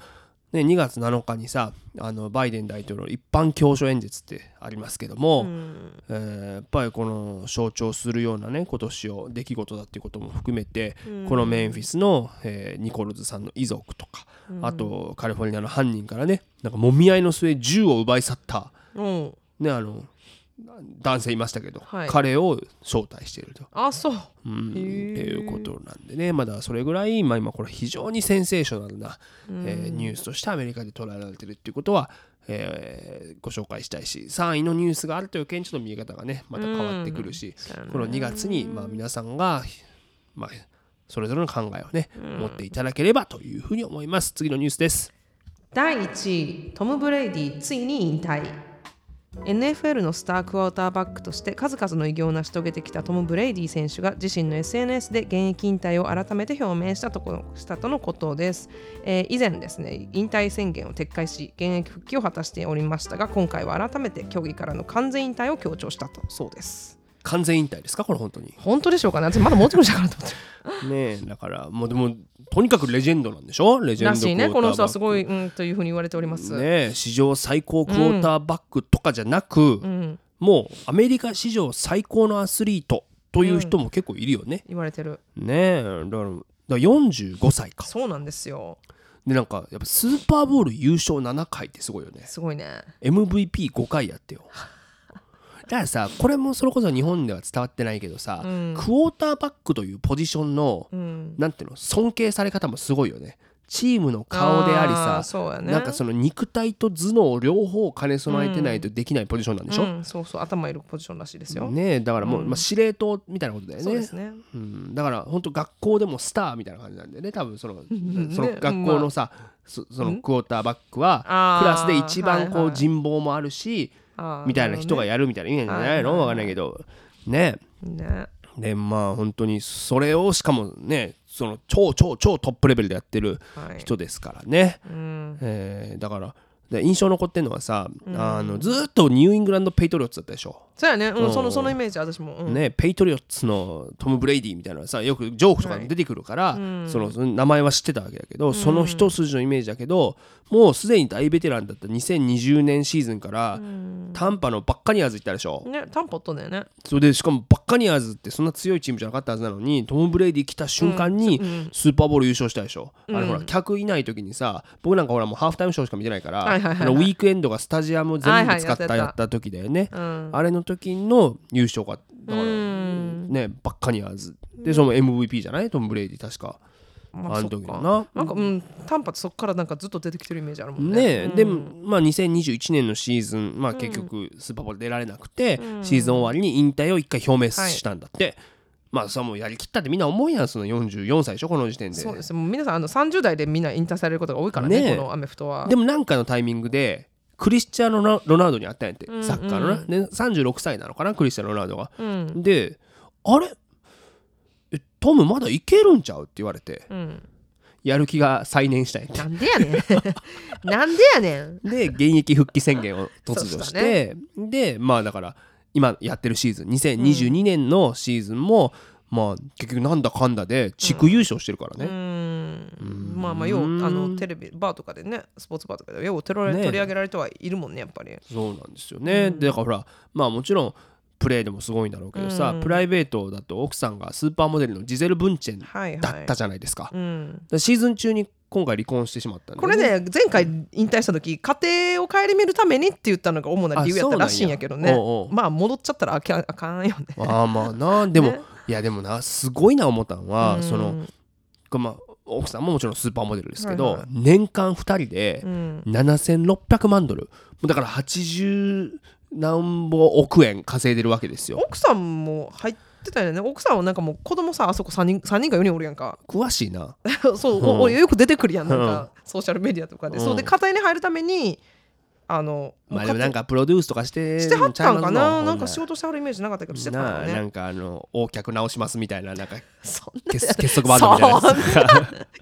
ね、2月7日にさバイデン大統領の一般教書演説ってありますけども、やっぱりこの象徴するようなね今年を出来事だっていうことも含めて、このメンフィスの、ニコルズさんの遺族とか、あとカリフォルニアの犯人からねなんかもみ合いの末銃を奪い去った、ね、男性いましたけど、はい、彼を招待していると。 そう、 っていうことなんでね、まだそれぐらい、今これ非常にセンセーショナルな、ニュースとしてアメリカで捉えられているっていうことは、ご紹介したいし、3位のニュースがあるという件ちょっと見え方がねまた変わってくるし、この2月に皆さんが、それぞれの考えをね、持っていただければというふうに思います。次のニュースです。 第1位、トム・ブレイディついに引退。NFL のスタークォーターバックとして数々の偉業を成し遂げてきたトム・ブレイディ選手が自身の SNS で現役引退を改めて表明したとのことです。以前ですね、引退宣言を撤回し現役復帰を果たしておりましたが、今回は改めて競技からの完全引退を強調したとそうです。 完全引退ですかこれ？ 本当でしょうかね。私まだもうちょっとしたかなと思ってねえ、だからもうでもとにかくレジェンドなんでしょ。レジェンドクォーターバックらしいね。 この人はすごい、というふうに言われておりますね。史上最高クォーターバックとかじゃなく、もうアメリカ史上最高のアスリートという人も結構いるよね、 言われてるね。だから45歳か。 そうなんですよ。 でなんかやっぱスーパーボール優勝7回ってすごいよね。 すごいね。 MVP5 回やってよ。だからさ、これもそれこそ日本では伝わってないけどさ、クォーターバックというポジションの、なんていうの、尊敬され方もすごいよね。チームの顔でありさ、 そうね、 なんかその肉体と頭脳両方兼ね備えてないとできないポジションなんでしょ、 そうそう、頭いるポジションらしいですよね。だからもう、司令塔みたいなことだよね。 そうですね、 だから本当学校でもスターみたいな感じなんでね、多分その学校のさ、そのクォーターバックはクラスで一番こう人望もあるし、みたいな人がやるみたいな意味なんじゃないの？わかんないけどね。で本当にそれをしかもね、その超トップレベルでやってる人ですからね、だから印象残ってるのはさ、ずっとニューイングランドペイトリオッツだったでしょ。 そうやね、そのイメージ私も、 ね、ペイトリオッツのトム・ブレイディみたいなさ、よくジョークとか出てくるから、その名前は知ってたわけだけど、その一筋のイメージだけど、もうすでに大ベテランだった2020年シーズンから、タンパのバッカニアーズ行ったでしょ。 ね、タンパとね。 それでしかもバッカニアーズってそんな強いチームじゃなかったはずなのに、トム・ブレイディ来た瞬間にスーパーボール優勝したでしょ。あれほら客いない時にさ、僕なんかほらもうハーフタイムショーしか見てないから、ウィークエンドがスタジアム全部使ったやった時だよね。あれの時の優勝がだからね、バッカニアーズで、その MVP じゃないトム・ブレイディ確か。あの時だな。 なんかタンパってそっからなんかずっと出てきてるイメージあるもんね。 でも2021年のシーズン、結局スーパーボール出られなくて、シーズン終わりに引退を一回表明したんだって。それもやりきったってみんな思うやん。その44歳でしょこの時点で。 そうです。もう皆さん30代でみんな引退されることが多いからね、このアメフトは。 でもなんかのタイミングでクリスチャーノ・ロナウドに会ったんやって、サッカーのね。36歳なのかな、クリスチャーノ・ロナウドが。で、あれトムまだいけるんちゃうって言われて、やる気が再燃したんやって。 なんでやねんなんでやねん。 で現役復帰宣言を突如して、でだから今やってるシーズン2022年のシーズンも、結局なんだかんだで地区優勝してるからね。 ようテレビバーとかでね、スポーツバーとかでよう取り上げられてはいるもんね、やっぱり。 そうなんですよね。だからほらもちろんプレーでもすごいんだろうけどさ、プライベートだと奥さんがスーパーモデルのジゼル・ブンチェンだったじゃないですか。シーズン中に今回離婚してしまったんで、ね、 これね、前回引退した時家庭を顧みるためにって言ったのが主な理由やったらしいんやけどね。戻っちゃったらあかんよね。 でも、いやでもな、すごいな思ったのは、その奥さんももちろんスーパーモデルですけど、年間2人で7600万ドル、だから80何ぼ億円稼いでるわけですよ。 奥さんも入ってたよね。奥さんはなんかもう子供さ、あそこ3人か4人おるやんか。 詳しいなそう、よく出てくるやん、なんかソーシャルメディアとかで。そうで家庭に入るためにでもなんかプロデュースとかしてはったんかな。なんか仕事してはるイメージなかったけどしてたからね。 なんか横脚直しますみたいな、なんか結束バンドみたいなやつ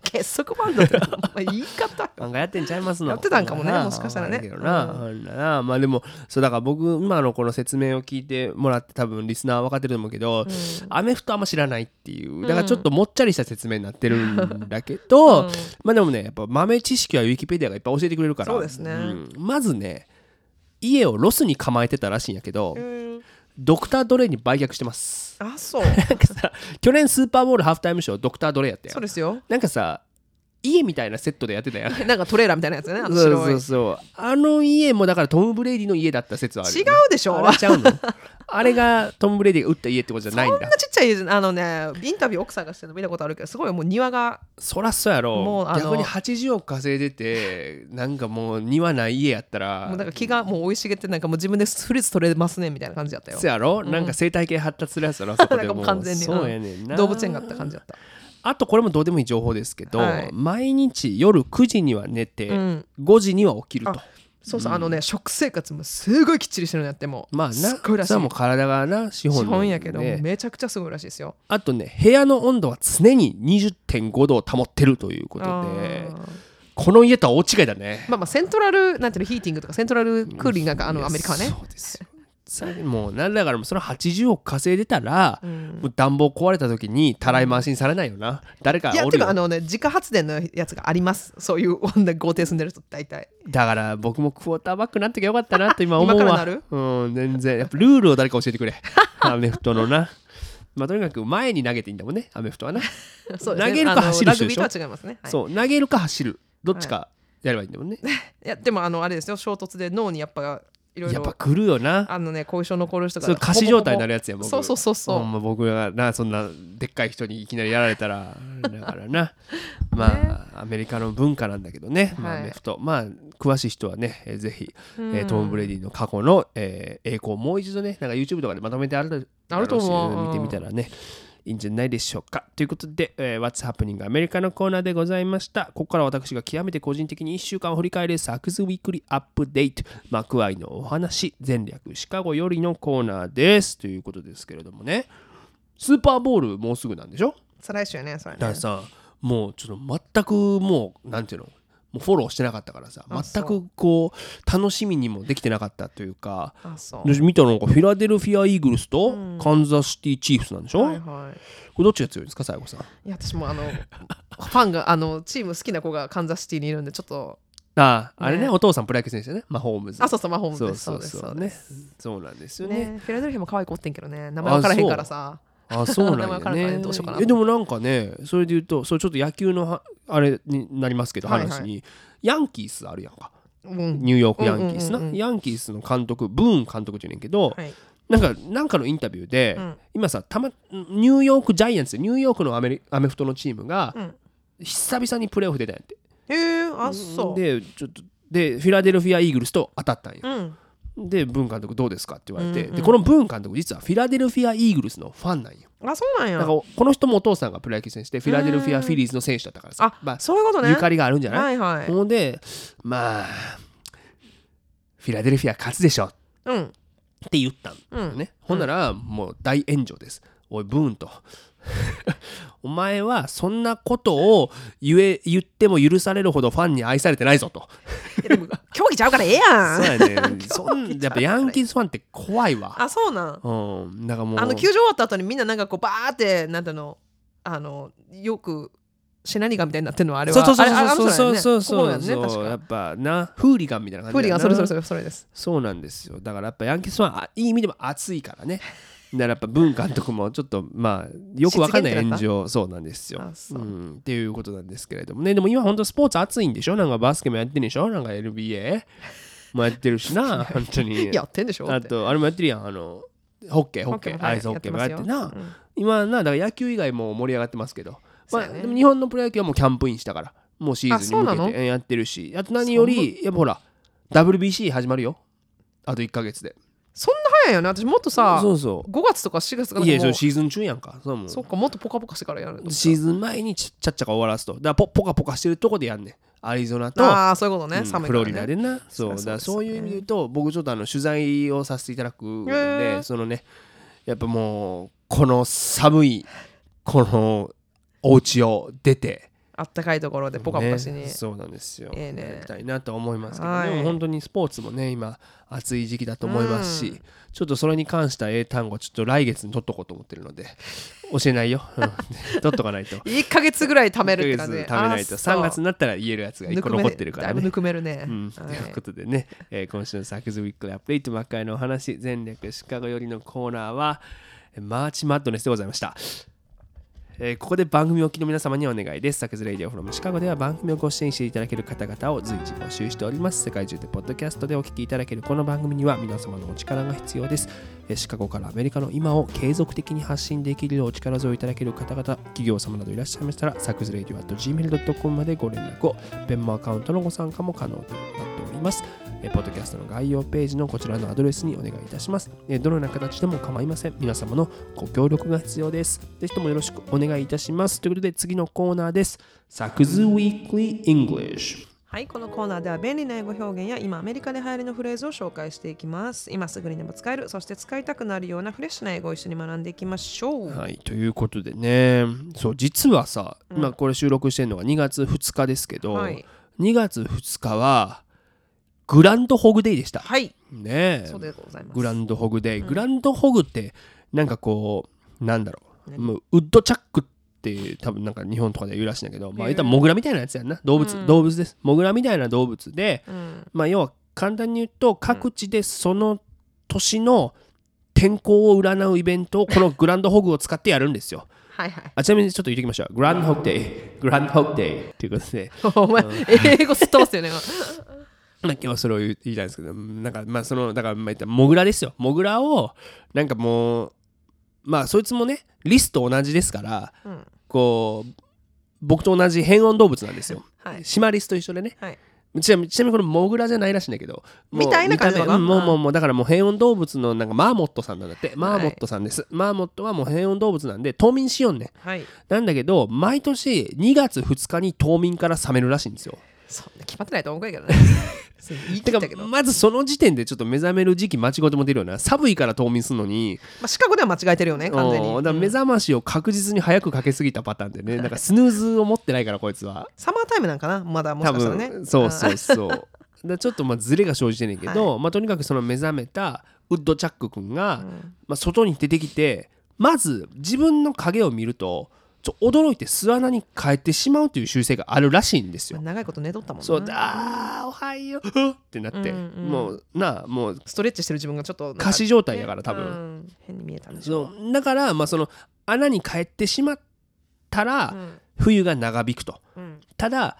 結束バンドって言い方なんかやってんちゃいますの。 やってたんかもね、もしかしたらね。 まあでもそうだから僕今のこの説明を聞いてもらって多分リスナーは分かってると思うけど、アメフトあんま知らないっていうだからちょっともっちゃりした説明になってるんだけど、まあでもねやっぱ豆知識はウィキペディアがいっぱい教えてくれるから、 そうですね、 まずね家をロスに構えてたらしいんやけど、ドクター・ドレイに売却してます。 あ、そうなんかさ去年スーパーボールハーフタイムショードクター・ドレイやったやん。 そうですよ。 なんかさ家みたいなセットでやってたやんなんかトレーラーみたいなやつね、 そうあの家もだからトム・ブレイディの家だった説はある、ね、 違うでしょ。 あれちゃうのあれがトム・ブレイディが打った家ってことじゃないんだ。 そんなちっちゃい家、インタビュー奥さんがしてるの見たことあるけど、すごいもう庭がそらそうやろ。 もう逆に80億稼いでてなんかもう庭ない家やったらもうなんか木がもう生い茂ってなんかもう自分でフルーツ取れますねみたいな感じだったよ。 そうやろ、なんか生態系発達するやつやろそこでもなんかもう完全にそうやねんな、 動物園があった感じだった。 あとこれもどうでもいい情報ですけど、 はい、 毎日夜9時には寝て、5時には起きると。 そうそう、食生活もすごいきっちりしてるのやってもまあな、 すごいらしい。 それはもう体がな資本やけど、めちゃくちゃすごいらしいですよ。 あとね部屋の温度は常に 20.5 度を保ってるということで、この家とは大違いだね。 まあセントラルなんていうのヒーティングとかセントラルクーリングがアメリカはね。 そうですよもうなんだからもうその80億稼いでたら、もう暖房壊れた時にたらい回しにされないよな。誰かおるよ。いやてか自家発電のやつがあります。そういう豪邸住んでると大体。 だから僕もクォーターバックになってきゃよかったなと今思うわ。 今からなる？ 全然やっぱルールを誰か教えてくれアメフトのな。まあとにかく前に投げていいんだもんねアメフトはな。 そうですね、 投げるか走る人でしょ。 ラグビーとは違いますね、はい、 そう投げるか走るどっちかやればいいんだもんね、 いやでもあれですよ、衝突で脳にやっぱいろいろやっぱ来るよな。 後遺症残る人がそう仮死状態になるやつや。僕そう僕がなそんなでっかい人にいきなりやられたらだからなまあ、ね、アメリカの文化なんだけどね、まあ、アメフト、まあ詳しい人はね、ぜひ、トム・ブレディの過去の、栄光をもう一度ねなんか YouTube とかでまとめてあると思う。見てみたらねいいんじゃないでしょうか。ということで、What's Happening アメリカのコーナーでございました。ここから私が極めて個人的に1週間を振り返るサクズウィークリーアップデートマクワイのお話全略シカゴよりのコーナーですということですけれどもね、スーパーボールもうすぐなんでしょ。 再来週やね。それねだからさもうちょっと全くもうなんていうのもうフォローしてなかったからさ全くこう楽しみにもできてなかったというか、見たのがフィラデルフィア・イーグルスとカンザスシティ・チーフスなんでしょ、はいはい、これどっちが強いですか最後さん。いや私もファンがチーム好きな子がカンザスシティにいるんでちょっとあれねお父さんプロ野球選手ねマホームズ。 そうマホームズです。 そうねそうなんですよね。 フィラデルフィアも可愛い子おってんけどね名前分からへんからさ。 そうなんやね。どうしようかな。でもなんかねそれで言うとそれちょっと野球のあれになりますけど話に、ヤンキースあるやんか、ニューヨークヤンキースな、ヤンキースの監督ブーン監督って言うねんけど、なんかのインタビューで、今さニューヨークジャイアンツニューヨークのアメフトのチームが、久々にプレーオフ出たんやって。 そうでちょっとでフィラデルフィア・イーグルスと当たったんや、でブーン監督どうですかって言われて、でこのブーン監督実はフィラデルフィア・イーグルスのファンなんよ。 そうなんや。 だからこの人もお父さんがプロ野球選手でフィラデルフィア・フィリーズの選手だったからさ、 そういうことね。 ゆかりがあるんじゃない。ほんでまあフィラデルフィア勝つでしょ、って言ったんよね、ほんならもう大炎上です。おいブーンとお前はそんなことを言っても許されるほどファンに愛されてないぞと。 でも競技ちゃうからええやん。 そうやねやっぱヤンキースファンって怖いわ。 そうなん。 だからもう球場終わった後にみんななんかこうバーってなんていうのよくシェナニガンみたいになってるのはあれはそうやっぱなフーリガンみたいな感じだな。 フーリガンそれです。 そうなんですよ。だからやっぱヤンキースファンいい意味でも熱いからね。だからやっぱブーン監督もちょっとまあよくわかんない炎上そうなんですよ。っていうことなんですけれどもね。でも今本当スポーツ熱いんでしょ。なんかバスケもやってるでしょ。なんか NBA もやってるしな本当にやってんでしょ。 あとあれもやってるやんホッケーアイスホッケーもやってな。今なだから野球以外も盛り上がってますけど、でも日本のプロ野球はもうキャンプインしたからもうシーズンに向けてやってるし、あと何よりやっぱほら WBC 始まるよあと1ヶ月で。 そんな早いよね。私もっとさ5月とか4月とかいやそうシーズン中やんか。 そっかもっとポカポカしてからやる。 シーズン前にちゃっちゃか終わらすと。だからポカポカしてるとこでやんねん。アリゾナとそういうことね、寒いからね、 フロリダでな。そういう意味で言うと僕ちょっと取材をさせていただくのでそのねやっぱもうこの寒いこのお家を出てあったかいところでポカポカしに、 そうなんですよ、 ね、 やりたいなと思いますけど、 はい、 でも本当にスポーツもね今暑い時期だと思いますし、ちょっとそれに関した英単語ちょっと来月に取っとこうと思ってるので教えないよ、取っとかないと 1ヶ月ぐらい貯めるって感じで 1ヶ月貯めないと3月になったら言えるやつが1個残ってるからね、 だいぶぬくめるね、 ということでね、今週のサクズウィークリーアップデート魔界のお話全略シカゴよりのコーナーはマーチマッドネスでございました。ここで番組をお聞きの皆様にお願いです。サクズレイディオフロムシカゴでは番組をご支援していただける方々を随時募集しております。世界中でポッドキャストでお聞きいただけるこの番組には皆様のお力が必要です。シカゴからアメリカの今を継続的に発信できるようお力添えいただける方々、企業様などいらっしゃいましたら、サクズレイディオ @gmail.com までご連絡を、ペンモアカウントのご参加も可能となっております。ポッドキャストの概要ページのこちらのアドレスにお願いいたします。どのような形でも構いません。皆様のご協力が必要です。ぜひともよろしくお願いいたします。ということで次のコーナーです。サクズウィークリーイングリッシュ。はい、このコーナーでは便利な英語表現や今アメリカで流行りのフレーズを紹介していきます。今すぐにでも使える、そして使いたくなるようなフレッシュな英語を一緒に学んでいきましょう。はい、ということでね、そう実はさ、今これ収録してるのが2月2日ですけど、2月2日はグランドホグデーでした。 はいね、 そうでございます。 グランドホグデー、グランドホグってなんかこうなんだろう、もうウッドチャックって多分なんか日本とかで言うらしいんだけど、まあ言ったらモグラみたいなやつやんな、動物です。モグラみたいな動物で、まあ要は簡単に言うと各地でその年の天候を占うイベントをこのグランドホグを使ってやるんですよ。はいはい、ちなみにちょっと言ってきましょう。グランドホグデー、グランドホグデーということでお前、英語すっ飛ばすよね今日はそれを言いたいんですけど、なんかまあそのだからまあ言ったらモグラですよ。モグラをなんかもうまあそいつもねリスと同じですから、こう僕と同じ変温動物なんですよ。シマリスと一緒でね。ちなみにこれモグラじゃないらしいんだけど、 みたいな感じかな。 もうだからもう変温動物のなんかマーモットさんなんだって。マーモットさんです。マーモットはもう変温動物なんで冬眠しよんね。なんだけど毎年2月2日に冬眠から覚めるらしいんですよ。 そんな決まってないと思うけどねてかまずその時点でちょっと目覚める時期間違っても出るよな。寒いから冬眠するのに、 シカゴでは間違えてるよね完全に。 だから目覚ましを確実に早くかけすぎたパターンでね、なんかスヌーズを持ってないからこいつはサマータイムなんかな、まだもしかしたらね。 そうだちょっとまあズレが生じてんねんけど、まあとにかくその目覚めたウッドチャック君が、まあ外に出てきて、まず自分の影を見ると驚いて巣穴に帰ってしまうという習性があるらしいんですよ。 長いこと寝とったもんね。 そうだ、おはようってなって、もうストレッチしてる自分がちょっと仮死状態やから多分、 変に見えたんでしょう。だからまあその穴に帰ってしまったら、冬が長引くと、ただ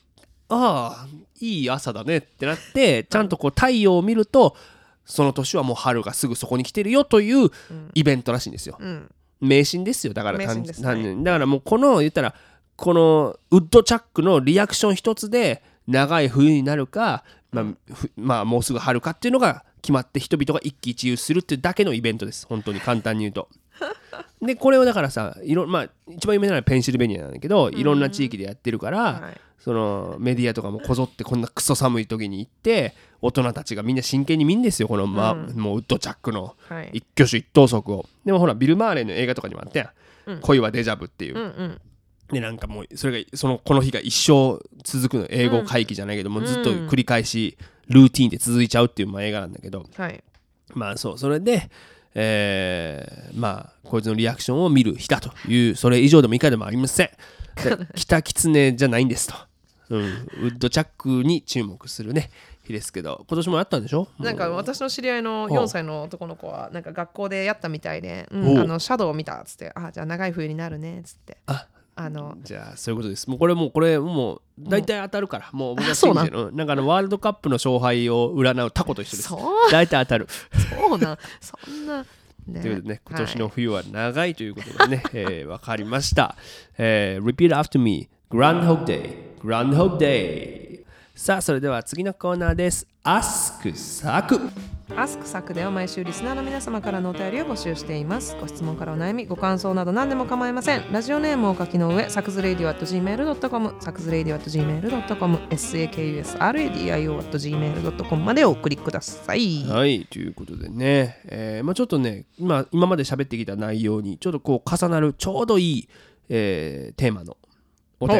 いい朝だねってなってちゃんとこう太陽を見るとその年はもう春がすぐそこに来てるよというイベントらしいんですよ。迷信ですよ。だから単純にだからもうこの言ったらこのウッドチャックのリアクション一つで長い冬になるか、まあもうすぐ春かっていうのが決まって人々が一喜一憂するっていうだけのイベントです。本当に簡単に言うと。でこれをだからさまあ一番有名なのはペンシルベニアなんだけど、いろんな地域でやってるから、そのメディアとかもこぞってこんなクソ寒い時に行って大人たちがみんな真剣に見んですよ、この、もうウッドチャックの一挙手一投足を。でもほらビル・マーレーの映画とかにもあったやん、恋はデジャブっていう、でなんかもうそれがこの日が一生続くの、英語回帰じゃないけども、ずっと繰り返しルーティンで続いちゃうっていう映画なんだけど、まあそうそれでまあこいつのリアクションを見る日だという、それ以上でも以下でもありません。北キツネじゃないんですと、ウッドチャックに注目するね日ですけど、今年もあったんでしょ。 なんか私の知り合いの4歳の男の子はなんか学校でやったみたいで、シャドウを見たっつって、じゃあ長い冬になるねっつって、 じゃあそういうことです。もうこれもう大体当たるから、もう僕は信じてる。なんかワールドカップの勝敗を占うタコと一緒です。大体当たる。 そんなということでね、今年の冬は長いということでね、分かりました。Repeat after me. Groundhog Day. Groundhog Day. さあそれでは次のコーナーです。Ask Saku。 Ask Saku では毎週リスナーの皆様からのお便りを募集しています。ご質問からお悩み、ご感想など何でも構いません。ラジオネームをお書きの上、サクズレイディオ @gmail.com、サクズレイディオ @gmail.com、sakusradio@gmail.com までお送りください。 はい、ということでね、ちょっとね、今まで喋ってきた内容にちょっとこう重なるちょうどいい、テーマのお便り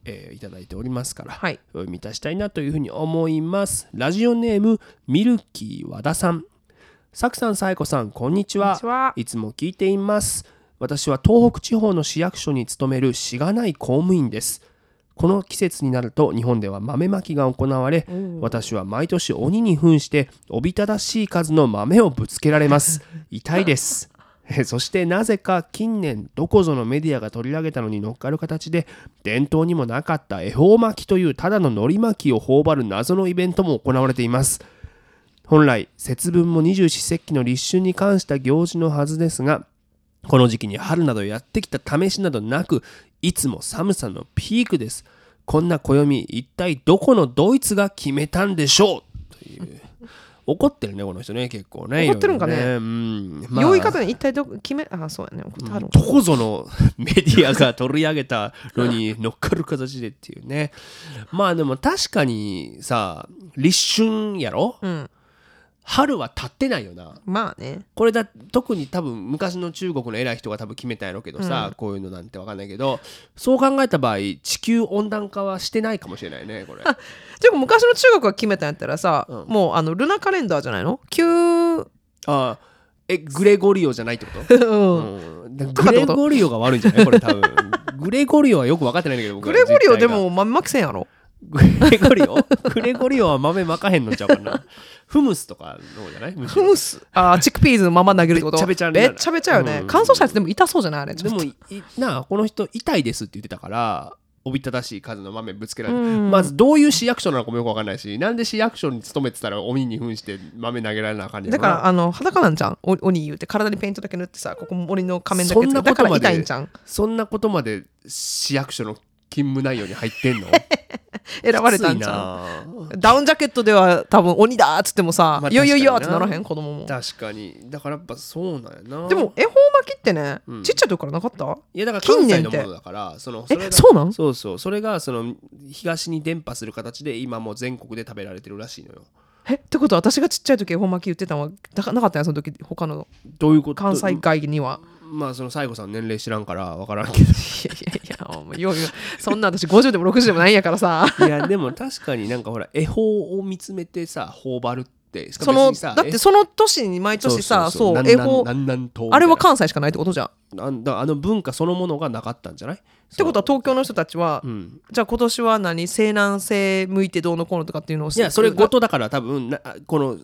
いただいておりますから、 はい、 お読みいたしたいなというふうに思います。ラジオネームミルキー和田さん。さくさん、さえこさん、こんにちは。いつも聞いています。私は東北地方の市役所に勤めるしがない公務員です。この季節になると日本では豆まきが行われ、私は毎年鬼に扮しておびただしい数の豆をぶつけられます。痛いです。そしてなぜか近年どこぞのメディアが取り上げたのに乗っかる形で、伝統にもなかった恵方巻きというただの海苔巻きを頬張る謎のイベントも行われています。本来節分も二十四節気の立春に関した行事のはずですが、この時期に春などやってきた試しなどなく、いつも寒さのピークです。こんな暦、一体どこのドイツが決めたんでしょうという怒ってるね、この人ね、結構ね。 怒ってるんかね。用意方に一体どそうやね、怒ってはるんか。 どこぞのメディアが取り上げたのに乗っかる形でっていうね。まあでも確かにさ、立春やろ、春は経ってないよな。 まあね。 これだ、特に多分昔の中国の偉い人が多分決めたんやろうけどさ、こういうのなんて分かんないけど、そう考えた場合地球温暖化はしてないかもしれないね、これ。 でも昔の中国が決めたんやったらさ、もうルナカレンダーじゃないの？グレゴリオじゃないってこと？グレゴリオが悪いんじゃないこれ多分。グレゴリオはよく分かってないんだけど、 グレゴリオでも豆まきせんやろ？ グレゴリオは豆まかへんのちゃうかな。フムスとかのじゃない？ フムス、チックピーズのまま投げるってこと？めちゃめちゃよね。乾燥したやつでも痛そうじゃないあれ。 でもこの人痛いですって言ってたから、おびただしい数の豆ぶつけられて、まずどういう市役所なのかもよく分かんないし、なんで市役所に勤めてたら鬼に扮して豆投げられなあかんねん。 だから裸なんじゃん、鬼言うて体にペイントだけ塗ってさ、ここ鬼の仮面だけつけて、だから痛いんじゃん。 そんなことまで市役所の勤務内容に入ってんの？ 選ばれたんじゃん。ダウンジャケットでは多分鬼だっつってもさ、いやいやいやってならへん、子供も。 確かに。だからやっぱそうなんやな。 でも恵方巻きってね、ちっちゃい時からなかった？ いやだから関西のものだから、それがそうなん？ そうそう、それがその東に伝播する形で今もう全国で食べられてるらしいのよ。 ってことは私がちっちゃい時恵方巻き言ってたのはなかったんや、その時他の。 どういうこと？ 関西外には。 まあその西郷さん年齢知らんから分からんけど、 いやそんな私50でも60でもないんやからさ。 いやでも確かになんかほら恵方を見つめてさ頬張るって、 だってその年に毎年さ、そう恵方、あれは関西しかないってことじゃん。 あの文化そのものがなかったんじゃない？ ってことは東京の人たちは、じゃあ今年は西南西向いてどうのこうのとかっていうのを、いやそれごとだから多分この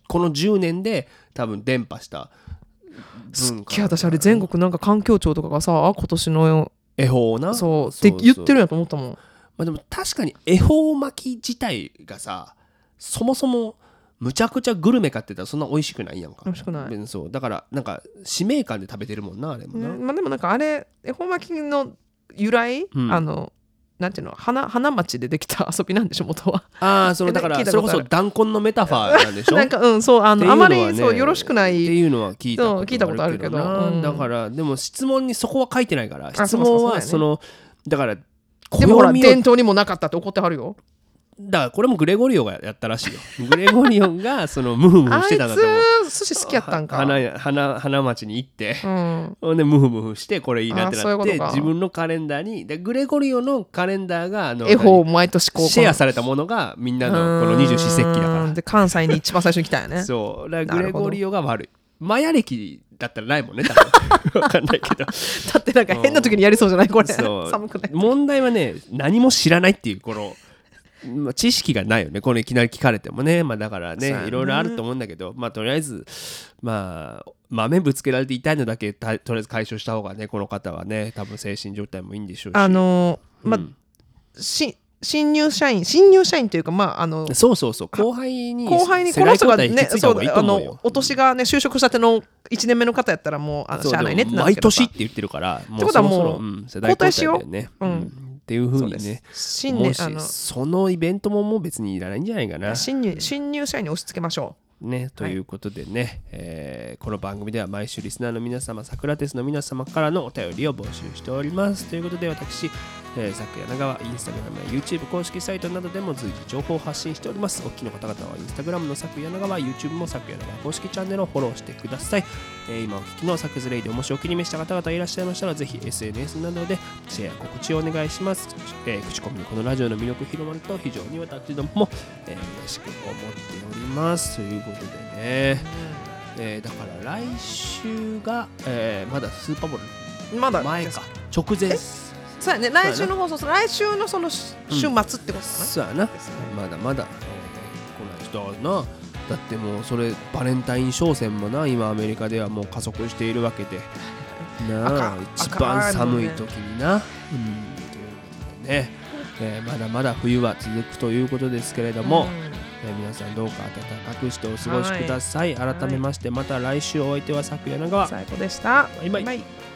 10年で多分伝播した文化。 私あれ全国なんか環境庁とかがさ、今年の恵方なそうって言ってるんやと思ったもん。 まあでも確かに恵方巻き自体がさ、そもそもむちゃくちゃグルメかって言ったらそんな美味しくないやんか。 美味しくない。 そうだからなんか使命感で食べてるもんな、あれもな。 まあでもなんかあれ恵方巻きの由来、なんていうの、花町でできた遊びなんでしょ、元は。 だからそれこそ弾痕のメタファーなんでしょ。 なんかそうあまりそうよろしくないっていうのは聞いたことあるけどな。 だからでも質問にそこは書いてないから、質問はだからでもほら伝統にもなかったって怒ってはるよ。 だからこれもグレゴリオがやったらしいよ。グレゴリオがそのムフムフしてたんだと思う。 あいつ寿司好きやったんか。 花町に行って、でムフムフしてこれいいなってなって、自分のカレンダーにでグレゴリオのカレンダーが恵方毎年こうシェアされたものがみんなのこの二十四節気だから。 で関西に一番最初に来たよね。 そうだからグレゴリオが悪い。マヤ歴だったらないもんね、多分。分かんないけど。 だってなんか変な時にやりそうじゃないこれ。寒くない。 問題はね、何も知らないっていうこの知識がないよね。これいきなり聞かれてもね。だからね、いろいろあると思うんだけど、とりあえず豆ぶつけられて痛いのだけとりあえず解消した方がね、この方はね、多分精神状態もいいんでしょうし。 新入社員というかそう後輩にこの人がね、お年がね就職したての1年目の方やったらもうしゃあないねってなるけどさ、 毎年って言ってるからもうってことはもう交代しようね。っていう風にね、そのイベントももう別にいらないんじゃないかな。 新入社員に押し付けましょね、ということでね、この番組では毎週リスナーの皆様、サクラテスの皆様からのお便りを募集しております。ということで私、サク柳川インスタグラムや YouTube 公式サイトなどでも随時情報を発信しております。お聞きの方々はインスタグラムのサク柳川、 YouTube もサク柳川公式チャンネルをフォローしてください。今お聞きのサクズレイディをもしお気に召した方々いらっしゃいましたら、ぜひ SNS などでシェア告知をお願いします。口コミにこのラジオの魅力広まると非常に私どもも、嬉しく思っておりますということでね、だから来週が、まだスーパーボールまだ前か直前そうやね、来週の放送、来週のその週末ってことかな、 そうやな、まだまだ、この人な、だってもうそれバレンタイン商戦もな、今アメリカではもう加速しているわけでなあ、一番寒い時にな、ということでね、まだまだ冬は続くということですけれども、皆さんどうか暖かくしてお過ごしください。改めましてまた来週お相手はサク柳川、 最高でした。 バイバイ。 バイバイ。